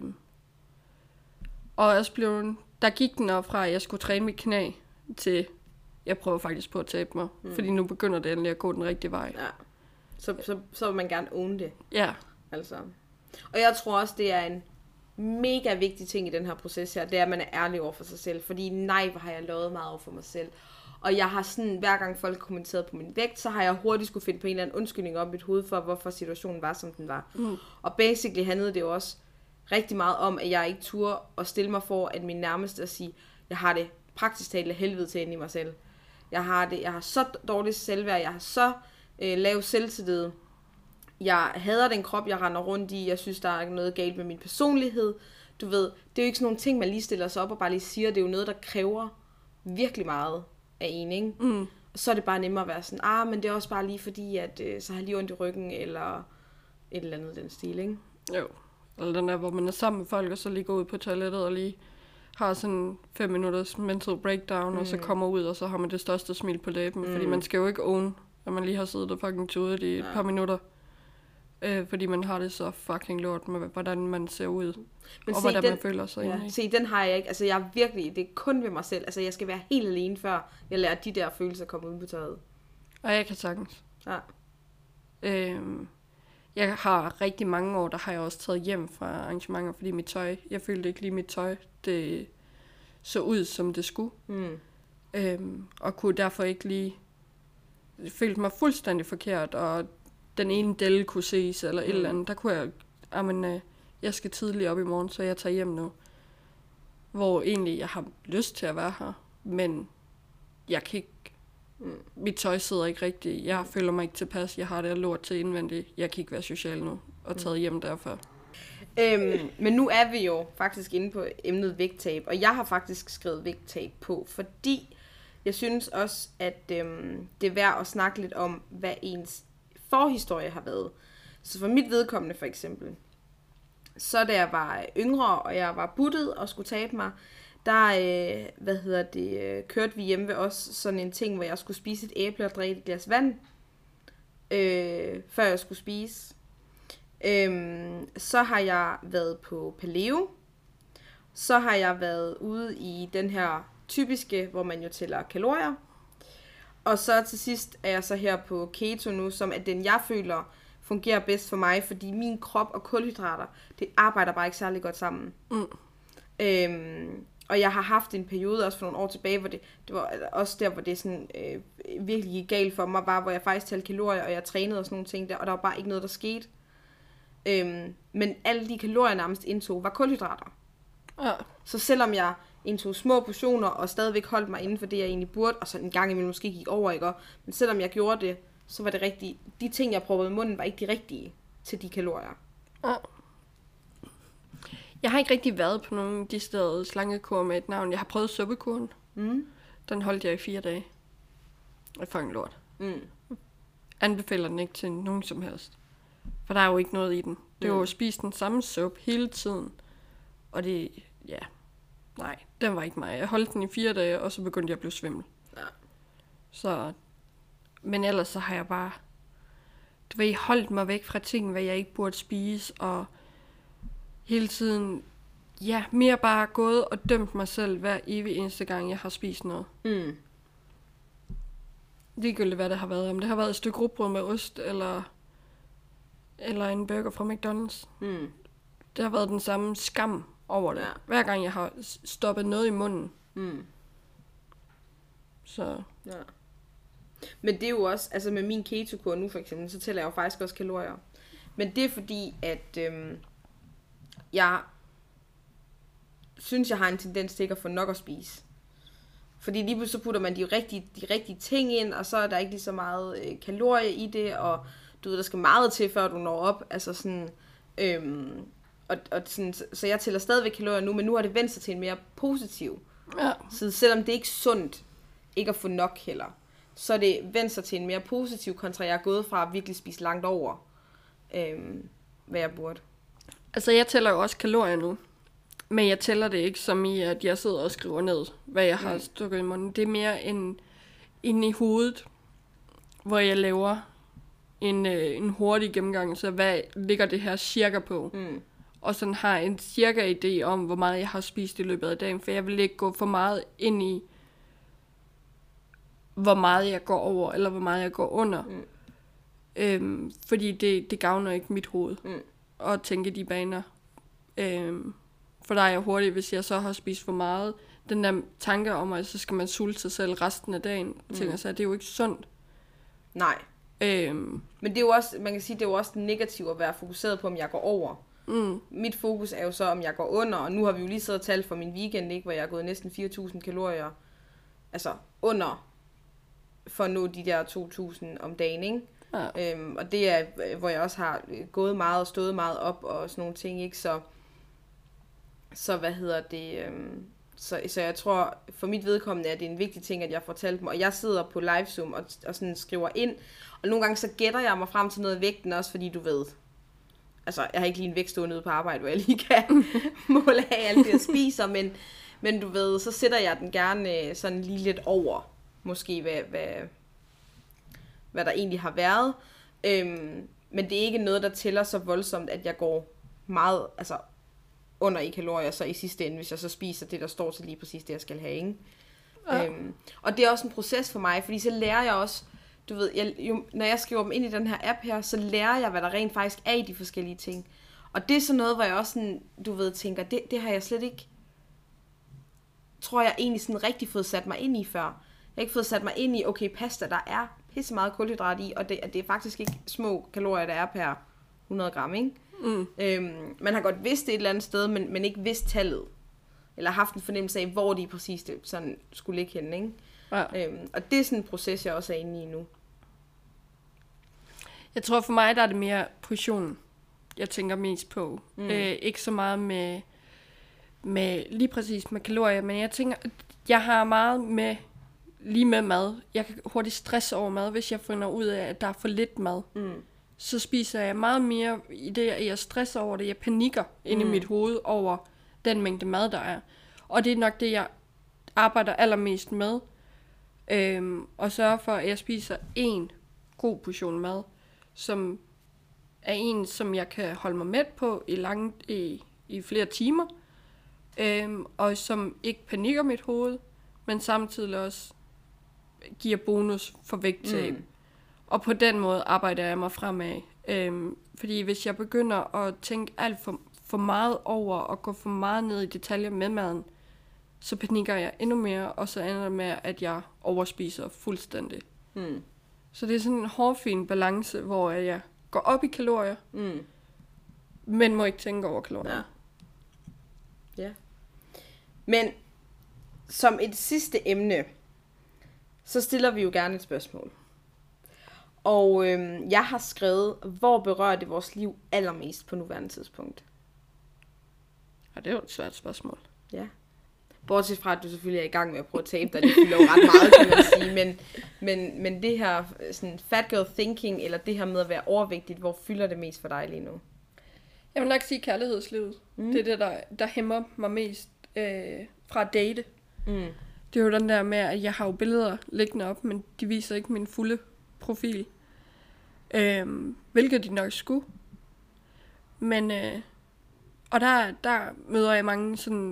og også blev, der gik den op fra, at jeg skulle træne mit knæ, til jeg prøver faktisk på at tabe mig. Mm. Fordi nu begynder det endelig at gå den rigtige vej. Ja. Så, så, så vil man gerne own det. Ja. Altså. Og jeg tror også, det er en mega vigtig ting i den her proces her, det er, at man er ærlig over for sig selv. Fordi nej, hvor har jeg lovet meget over for mig selv. Og jeg har sådan, hver gang folk kommenterede på min vægt, så har jeg hurtigt skulle finde på en eller anden undskyldning op i mit hoved for, hvorfor situationen var, som den var. Mm. Og basically handlede det jo også rigtig meget om, at jeg ikke turde at stille mig for, at min nærmeste at sige, jeg har det praktisk talt af helvede til inde i mig selv. Jeg har det, jeg har så dårligt selvværd, jeg har så øh, lav selvtillid. Jeg hader den krop, jeg render rundt i. Jeg synes, der er noget galt med min personlighed. Du ved, det er jo ikke sådan nogle ting, man lige stiller sig op og bare lige siger. Det er jo noget, der kræver virkelig meget af en, ikke? Mm. Og så er det bare nemmere at være sådan, ah, men det er også bare lige fordi, at øh, så har jeg lige ondt i ryggen, eller et eller andet den stil, ikke? Jo, eller den der, hvor man er sammen med folk, og så lige går ud på toilettet og lige har sådan fem minutters mental breakdown, mm. og så kommer ud, og så har man det største smil på læben, mm. fordi man skal jo ikke own, at man lige har siddet og fucking tudet i et ja. par minutter. Øh, fordi man har det så fucking lort med, hvordan man ser ud, men og se, hvordan den, man føler sig. Ja, se, den har jeg ikke. Altså, jeg er virkelig, det er kun ved mig selv. Altså, jeg skal være helt alene, før jeg lærer de der følelser at komme ud på tøjet. Og jeg kan sagtens. Ja. Øhm, jeg har rigtig mange år, der har jeg også taget hjem fra arrangementer, fordi mit tøj, jeg følte ikke lige mit tøj, det så ud, som det skulle. Mm. Øhm, og kunne derfor ikke lige, følte mig fuldstændig forkert, og den ene del kunne ses, eller mm. et eller andet, der kunne jeg, jamen, øh, jeg skal tidligt op i morgen, så jeg tager hjem nu. Hvor egentlig, jeg har lyst til at være her, men jeg kan ikke, mm. mit tøj sidder ikke rigtigt, jeg føler mig ikke tilpas, jeg har det lort til indvendigt, jeg kan ikke være social nu, og taget hjem derfor. Øhm, men nu er vi jo faktisk inde på emnet vægttab, og jeg har faktisk skrevet vægttab på, fordi jeg synes også, at øhm, det er værd at snakke lidt om, hvad ens forhistorie har været. Så for mit vedkommende for eksempel, så da jeg var yngre, og jeg var buttet og skulle tabe mig, der, øh, hvad hedder det, øh, kørte vi hjemme ved os sådan en ting, hvor jeg skulle spise et æble og drikke et glas vand, øh, før jeg skulle spise. Øhm, så har jeg været på paleo. Så har jeg været ude i den her typiske, hvor man jo tæller kalorier. Og så til sidst er jeg så her på keto nu, som er den, jeg føler fungerer bedst for mig, fordi min krop og kulhydrater, det arbejder bare ikke særlig godt sammen. Mm. Øhm, og jeg har haft en periode også for nogle år tilbage, hvor det, det var også der, hvor det sådan, øh, virkelig gik galt for mig, var, hvor jeg faktisk talte kalorier, og jeg trænede og sådan nogle ting der, og der var bare ikke noget, der skete. Øhm, men alle de kalorier, jeg nærmest indtog, var kulhydrater. Ja. Så selvom jeg indtog små portioner, og stadigvæk holdt mig inden for det, jeg egentlig burde, og så en gang imellem måske gik over, ikke? Men selvom jeg gjorde det, så var det rigtigt. De ting, jeg prøvede i munden, var ikke de rigtige til de kalorier. Ja. Jeg har ikke rigtig været på nogen af de steder slangekur med et navn. Jeg har prøvet suppekuren. Mm. Den holdt jeg i fire dage. Det er fucking lort. Mm. Anbefaler den ikke til nogen som helst. For der er jo ikke noget i den. Det er jo at spise den samme suppe hele tiden. Og det, ja, nej, den var ikke mig. Jeg holdt den i fire dage, og så begyndte jeg at blive svimmel. Ja. Så, men ellers så har jeg bare, du ved, holdt mig væk fra ting, hvad jeg ikke burde spise, og hele tiden, ja, mere bare gået og dømt mig selv hver evig eneste gang, jeg har spist noget. Mm. Ligegyldigt hvad det har været. Om det har været et stykke rugbrød med ost, eller, eller en burger fra McDonald's. Mm. Det har været den samme skam over det. Ja. Hver gang jeg har stoppet noget i munden. Mm. Så Ja. Men det er jo også, altså med min keto-kur nu for eksempel, så tæller jeg jo faktisk også kalorier. Men det er fordi, at øhm, jeg synes, jeg har en tendens til ikke at få nok at spise. Fordi lige pludselig så putter man de rigtige, de rigtige ting ind, og så er der ikke lige så meget øh, kalorier i det, og du ved, der skal meget til, før du når op. Altså sådan, øhm, og, og sådan, så jeg tæller stadigvæk kalorier nu, men nu har det vendt sig til en mere positiv. ja. Så selvom det er ikke sundt ikke at få nok heller, så er det vendt sig til en mere positiv kontra, jeg er gået fra at virkelig spise langt over, øhm, hvad jeg burde. Altså, jeg tæller jo også kalorier nu. Men jeg tæller det ikke som i, at jeg sidder og skriver ned, hvad jeg har Mm. stukket i munden. Det er mere en, inde i hovedet, hvor jeg laver en, øh, en hurtig gennemgang. Så hvad ligger det her cirka på? Mm. Og sådan har en cirka idé om, hvor meget jeg har spist i løbet af dagen. For jeg vil ikke gå for meget ind i, hvor meget jeg går over, eller hvor meget jeg går under. Mm. Øhm, fordi det, det gavner ikke mit hoved Mm. at tænke de baner. Øhm, for der er jeg hurtigt, hvis jeg så har spist for meget. Den der tanke om, at så skal man sulte sig selv resten af dagen, mm. tænker sig, at det er jo ikke sundt. Nej. Øhm, Men det er jo også, man kan sige, det er jo også negativt at være fokuseret på, om jeg går over. mm, Mit fokus er jo så, om jeg går under, og nu har vi jo lige siddet og talt for min weekend, ikke, hvor jeg har gået næsten fire tusind kalorier, altså under, for at nå de der to tusind om dagen, ikke? ja. Øhm, og det er, øh, hvor jeg også har gået meget og stået meget op og sådan nogle ting, ikke? Så, så hvad hedder det? Øhm, så, så jeg tror, for mit vedkommende er det en vigtig ting, at jeg får talt dem. Og jeg sidder på livezoom og, og sådan skriver ind. Og nogle gange så gætter jeg mig frem til noget af vægten også, fordi du ved. Altså, jeg har ikke lige en vægt stående ude på arbejde, hvor jeg lige kan måle af alt det, jeg spiser. Men, men du ved, så sætter jeg den gerne sådan lige lidt over, måske hvad... hvad hvad der egentlig har været. Øhm, men det er ikke noget, der tæller så voldsomt, at jeg går meget altså, under i kalorier, så i sidste ende, hvis jeg så spiser det, der står til lige præcis det, jeg skal have. Ikke? Ja. Øhm, og det er også en proces for mig, fordi så lærer jeg også, du ved, jeg, jo, når jeg skriver dem ind i den her app her, så lærer jeg, hvad der rent faktisk er i de forskellige ting. Og det er sådan noget, hvor jeg også sådan, du ved, tænker, det, det har jeg slet ikke, tror jeg egentlig sådan rigtig fået sat mig ind i før. Jeg har ikke fået sat mig ind i, okay, pasta, der er pisse meget kulhydrat i, og det, det er faktisk ikke små kalorier, der er per hundrede gram, ikke? Mm. Øhm, man har godt vidst det et eller andet sted, men, men ikke vidst tallet. Eller haft en fornemmelse af, hvor de præcis det, sådan skulle ligge henne, ikke? Ja. Øhm, og det er sådan en proces, jeg også er inde i nu. Jeg tror for mig, der er det mere portionen, jeg tænker mest på. Mm. Øh, ikke så meget med, med lige præcis med kalorier, men jeg tænker, jeg har meget med lige med mad. Jeg kan hurtigt stresse over mad, hvis jeg finder ud af, at der er for lidt mad. Mm. Så spiser jeg meget mere i det, at jeg stresser over det. Jeg panikker inde Mm. i mit hoved over den mængde mad, der er. Og det er nok det, jeg arbejder allermest med. Øhm, og sørge for, at jeg spiser en god portion mad, som er en, som jeg kan holde mig mæt på i, lang, i, i flere timer. Øhm, og som ikke panikker mit hoved, men samtidig også giver bonus for vægttab. Mm. Og på den måde arbejder jeg mig fremad. Øhm, fordi hvis jeg begynder at tænke alt for, for meget over, og gå for meget ned i detaljer med maden, så panikker jeg endnu mere, og så ender det med, at jeg overspiser fuldstændig. Mm. Så det er sådan en hårfin balance, hvor jeg går op i kalorier, Mm. men må ikke tænke over kalorier. Ja. Ja. Men som et sidste emne, så stiller vi jo gerne et spørgsmål. Og øhm, jeg har skrevet, hvor berører det vores liv allermest på nuværende tidspunkt? Og det er jo et svært spørgsmål. Ja. Bortset fra, at du selvfølgelig er i gang med at prøve at tabe dig, det fylder jo ret meget, kan man sige. Men, men, men det her sådan fat girl thinking, eller det her med at være overvægtigt, hvor fylder det mest for dig lige nu? Jeg vil nok sige kærlighedslivet. Mm. Det er det, der, der hæmmer mig mest øh, fra at date. Mm. Det er jo den der med, at jeg har jo billeder liggende op, men de viser ikke min fulde profil. Øhm, hvilket de nok skulle. Men, øh, og der, der møder jeg mange sådan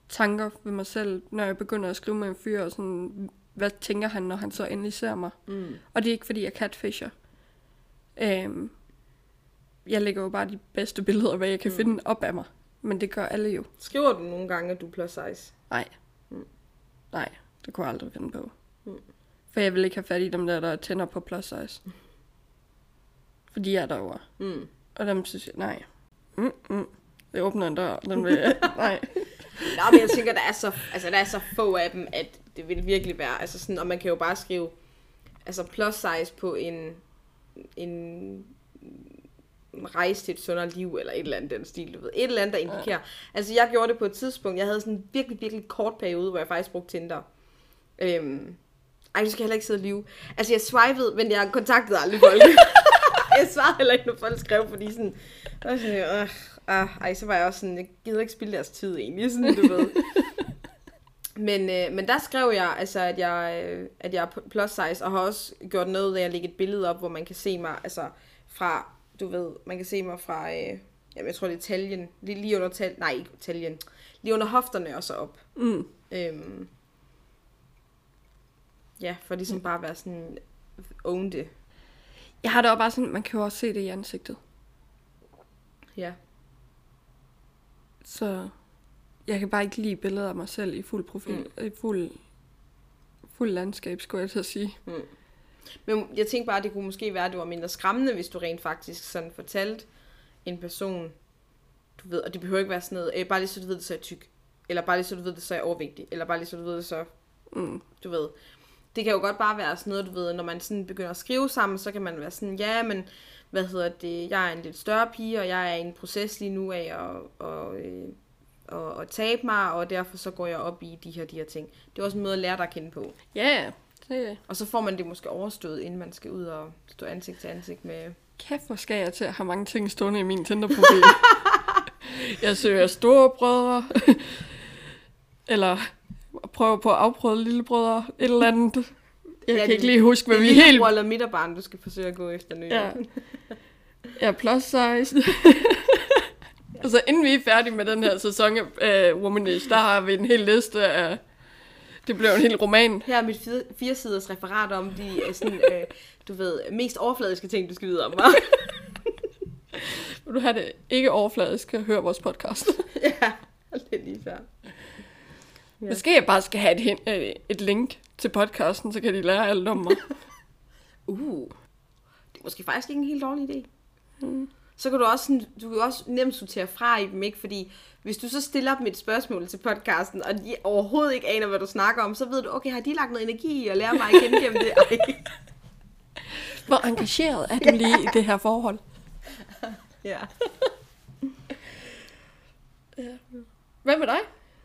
tanker ved mig selv, når jeg begynder at skrive med en fyr, og sådan, hvad tænker han, når han så endelig ser mig. Mm. Og det er ikke, fordi jeg catfisher. Øhm, jeg lægger jo bare de bedste billeder, hvad jeg kan mm. finde op af mig. Men det gør alle jo. Skriver du nogle gange, at du er plus size? Nej. Mm. Nej, det kunne jeg aldrig finde på. Mm. For jeg vil ikke have fat i dem der, der tænder på plus size. For de er derovre. Mm. Og dem synes jeg, nej. Mm, mm. Det åbner en dør, den vil jeg, nej. Nå, men jeg tænker, der er, så, altså, der er så få af dem, at det vil virkelig være, altså sådan, og man kan jo bare skrive, altså plus size på en, en rejse til et sundere liv, eller et eller andet den stil, du ved. Et eller andet, der indikerer. Ja. Altså, jeg gjorde det på et tidspunkt, jeg havde sådan en virkelig, virkelig kort periode, hvor jeg faktisk brugte Tinder. Øhm, ej, du skal heller ikke sidde og lyve. Altså, jeg swipede, men jeg kontaktede aldrig folk. Jeg svarede heller ikke, når folk skrev, fordi sådan, jeg var sådan, øh, ah, ej, så var jeg også sådan, jeg gider ikke spilde deres tid egentlig, sådan, du ved. Men, øh, men der skrev jeg, altså, at jeg, øh, at jeg er plus size, og har også gjort noget, da jeg lægger et billede op, hvor man kan se mig, altså, fra, du ved, man kan se mig fra, øh, jamen, jeg tror, det er taljen, lige, lige under taljen, nej, ikke taljen, lige under hofterne og så op. Mm. Øhm, ja, for ligesom bare at være sådan, own det. Jeg har da også bare sådan, man kan jo også se det i ansigtet. Ja. Så jeg kan bare ikke lide billeder af mig selv i fuld profil, mm. i fuld, fuld landskab, skulle jeg til at sige. Mm. Men jeg tænkte bare, at det kunne måske være, at det var mindre skræmmende, hvis du rent faktisk sådan fortalte en person, du ved, og det behøver ikke være sådan noget, øh, bare lige så du ved det, så er jeg tyk, eller bare lige så du ved det, så er jeg overvægtig, eller bare lige så du ved det, så, mm. du ved. Det kan jo godt bare være sådan noget, du ved, når man sådan begynder at skrive sammen, så kan man være sådan, ja, men hvad hedder det, jeg er en lidt større pige, og jeg er i en proces lige nu af at, og, øh, og, og tabe mig, og derfor så går jeg op i de her, de her ting. Det er også en måde at lære dig at kende på. Ja, yeah, det Og så får man det måske overstået, inden man skal ud og stå ansigt til ansigt med... Kæft, hvor skal jeg til at have mange ting stående i min Tinder-profil. Jeg søger storebrødre, eller prøver på at afprøve lillebrødre, et eller andet. Jeg ja, kan det, ikke lige huske, hvad vi helt... helt... Det er eller midterbarn, du skal forsøge at gå efter nu. Ja. Ja, plus size. Altså, inden vi er færdige med den her sæson af uh, Womanish, der har vi en hel liste af... Det blev en hel roman. Her er mit fire, fire siders referat om de sådan, øh, du ved, mest overfladiske ting, du skal vide om mig. Vil du have det ikke overfladisk, kan høre vores podcast. Ja, det er lige før. Ja. Måske jeg bare skal have et, et link til podcasten, så kan de lære alt om mig. uh, det er måske faktisk ikke en helt dårlig idé. Mm. Så kan du også, du kan også nemt sortere fra i dem, ikke? Fordi hvis du så stiller dem et spørgsmål til podcasten, og de overhovedet ikke aner, hvad du snakker om, så ved du, okay, har de lagt noget energi i at lære mig at kende gennem det? Ej. Hvor engageret er du lige i det her forhold? Ja. Hvad med dig?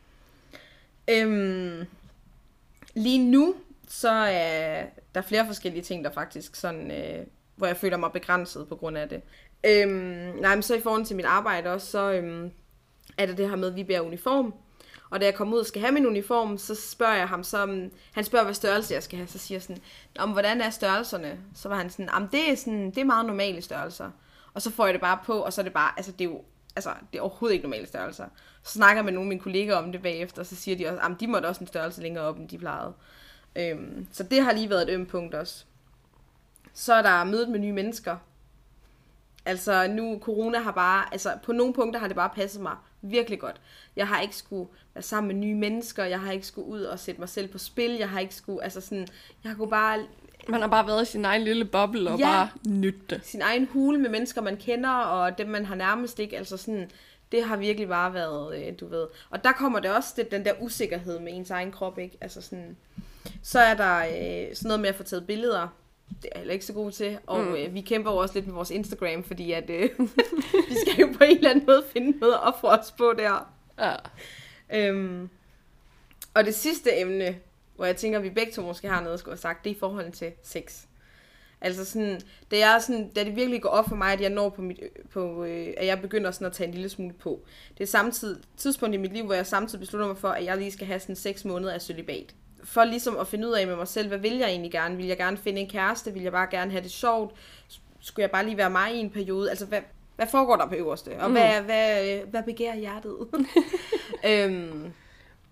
Øhm, lige nu, så er der flere forskellige ting, der faktisk sådan, øh, hvor jeg føler mig begrænset på grund af det. Øhm, nej, men så i forhold til mit arbejde også, så øhm, er det det her med, at vi bærer uniform. Og da jeg kommer ud og skal have min uniform, så spørger jeg ham så, han spørger, hvad størrelse jeg skal have, så siger jeg sådan, om hvordan er størrelserne? Så var han sådan, jamen det er sådan, det er meget normale størrelser. Og så får jeg det bare på, og så er det bare, altså det er jo, altså det er overhovedet ikke normale størrelser. Så snakker jeg med nogle af mine kolleger om det bagefter, og så siger de også, jamen de måtte også en størrelse længere op, end de plejede. Øhm, så det har lige været et ømt punkt også. Så er der mødet med nye mennesker. Altså nu, corona har bare, altså på nogle punkter har det bare passet mig virkelig godt. Jeg har ikke skulle være sammen med nye mennesker, jeg har ikke skulle ud og sætte mig selv på spil, jeg har ikke skulle, altså sådan, jeg kunne bare... Man har bare været i sin egen lille boble og ja, bare nytte det. Sin egen hule med mennesker, man kender, og dem, man har nærmest ikke, altså sådan, det har virkelig bare været, øh, du ved. Og der kommer det også, det, den der usikkerhed med ens egen krop, ikke? Altså sådan, så er der øh, sådan noget med at få taget billeder. Det er jeg heller ikke så god til, og mm. øh, vi kæmper jo også lidt med vores Instagram, fordi at øh, vi skal jo på en eller anden måde finde noget at ofre os på der. Ja. Øhm, og det sidste emne, hvor jeg tænker, at vi begge to måske har noget at skulle have sagt, det er i forhold til sex. Altså sådan, det er sådan, da det virkelig går op for mig, at jeg når på mit, på, øh, at jeg begynder sådan at tage en lille smule på. Det er samtidig tidspunkt i mit liv, hvor jeg samtidig beslutter mig for, at jeg lige skal have sådan seks måneder af cølibat. For ligesom at finde ud af med mig selv, hvad vil jeg egentlig gerne? Vil jeg gerne finde en kæreste? Vil jeg bare gerne have det sjovt? Skulle jeg bare lige være mig i en periode? Altså, hvad, hvad foregår der på øverste? Og mm. hvad, hvad, hvad begærer hjertet? øhm,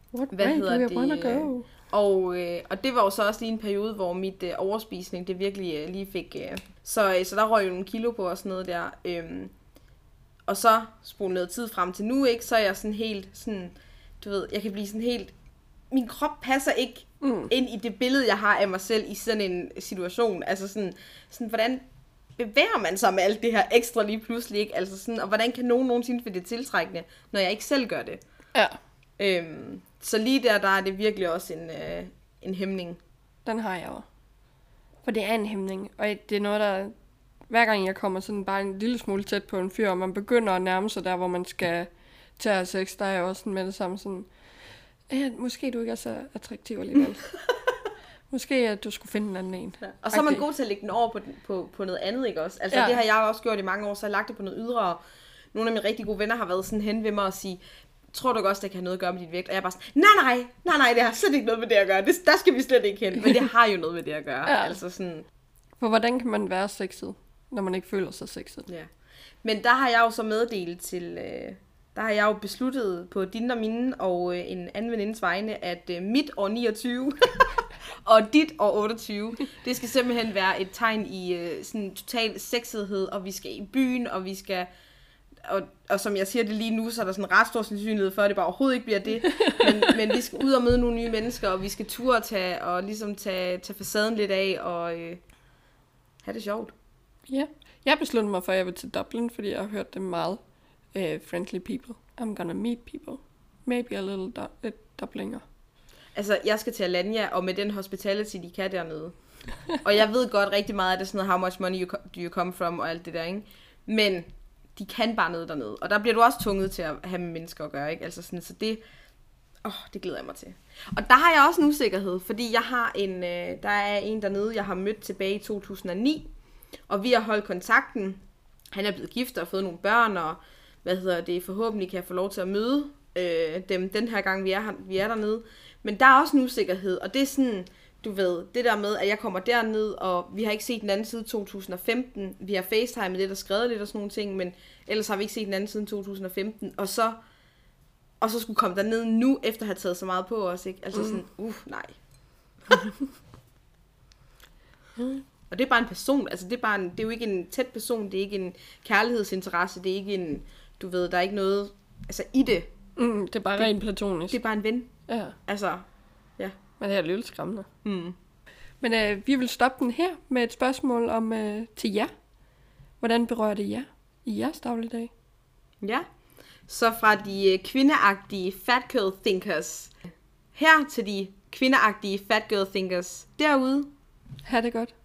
What Hvad way hedder do you wanna det? go? Og, øh, og det var jo så også lige en periode, hvor mit øh, overspisning, det virkelig øh, lige fik... Øh, så, øh, så der røg jo nogle kilo på og sådan noget der. Øhm, og så spole noget tid frem til nu, ikke? Så er jeg sådan helt sådan... Du ved, jeg kan blive sådan helt... Min krop passer ikke mm. ind i det billede, jeg har af mig selv i sådan en situation. Altså sådan, sådan hvordan bevæger man sig med alt det her ekstra lige pludselig, ikke? Altså sådan, og hvordan kan nogen nogensinde finde det tiltrækkende, når jeg ikke selv gør det? Ja. Øhm, så lige der, der er det virkelig også en, øh, en hæmning. Den har jeg jo. For det er en hæmning, og det er noget, der... Hver gang jeg kommer sådan bare en lille smule tæt på en fyr, og man begynder at nærme sig der, hvor man skal til at have sex, der er jeg også sådan med det samme sådan... Eh, måske du ikke er så attraktiv alligevel. Måske at du skulle finde en anden en. Ja. Og så er man god til at lægge den over på, på, på noget andet, ikke også? Altså ja. Det har jeg også gjort i mange år, så jeg har lagt det på noget ydre, og nogle af mine rigtig gode venner har været sådan hen ved mig og sige, tror du ikke også, det kan have noget at gøre med dit vægt? Og jeg er bare sådan, nej, nej, nej, nej, det har slet ikke noget med det at gøre. Det, der skal vi slet ikke hen. Men det har jo noget med det at gøre. Ja. Altså sådan... For hvordan kan man være sexet, når man ikke føler sig sexet? Ja. Men der har jeg jo så meddelt til... Øh, der har jeg jo besluttet på din og mine og øh, en anden venindes vegne, at øh, mit år niogtyve og dit år otteogtyve, det skal simpelthen være et tegn i øh, sådan total sexethed, og vi skal i byen, og vi skal... Og, og som jeg siger det lige nu, så er der sådan en ret stor sandsynlighed for, at det bare overhovedet ikke bliver det. Men, men vi skal ud og møde nogle nye mennesker, og vi skal ture og tage, og ligesom tage, tage facaden lidt af, og øh, have det sjovt. Ja, jeg besluttede mig for, at jeg vil til Dublin, fordi jeg har hørt det meget. Uh, friendly people. I'm gonna meet people. Maybe a little du- uh, Dublinger. Altså, jeg skal til Alanya, og med den hospitality, de kan dernede. Og jeg ved godt rigtig meget af det, sådan noget, how much money you co- do you come from, og alt det der, ikke? Men de kan bare noget dernede. Og der bliver du også tvunget til at have med mennesker at gøre, ikke? Altså sådan, så det... Åh, oh, det glæder jeg mig til. Og der har jeg også en usikkerhed, fordi jeg har en... Øh, der er en dernede, jeg har mødt tilbage i to tusind og ni, og vi har holdt kontakten. Han er blevet gift og fået nogle børn, og hvad hedder det, forhåbentlig kan jeg få lov til at møde øh, dem den her gang, vi er, her, vi er dernede. Men der er også en usikkerhed, og det er sådan, du ved, det der med, at jeg kommer derned, og vi har ikke set den anden side to tusind og femten. Vi har facetimet lidt og skrevet lidt og sådan nogle ting, men ellers har vi ikke set den anden side to tusind og femten. Og så, og så skulle komme derned nu, efter at have taget så meget på os, ikke? Altså mm. sådan, uh, nej. Og det er bare en person, altså det er, bare en, det er jo ikke en tæt person, det er ikke en kærlighedsinteresse, det er ikke en, du ved, der er ikke noget, altså i det. Mm, det er bare det, rent platonisk. Det er bare en ven. Ja. Altså, ja. Men det er lidt skræmmende. Mm. Men øh, vi vil stoppe den her med et spørgsmål om øh, til jer. Hvordan berører det jer i jeres dagligdag? Ja, så fra de kvindeagtige fat girl thinkers her til de kvindeagtige fat girl thinkers derude. Ha' det godt.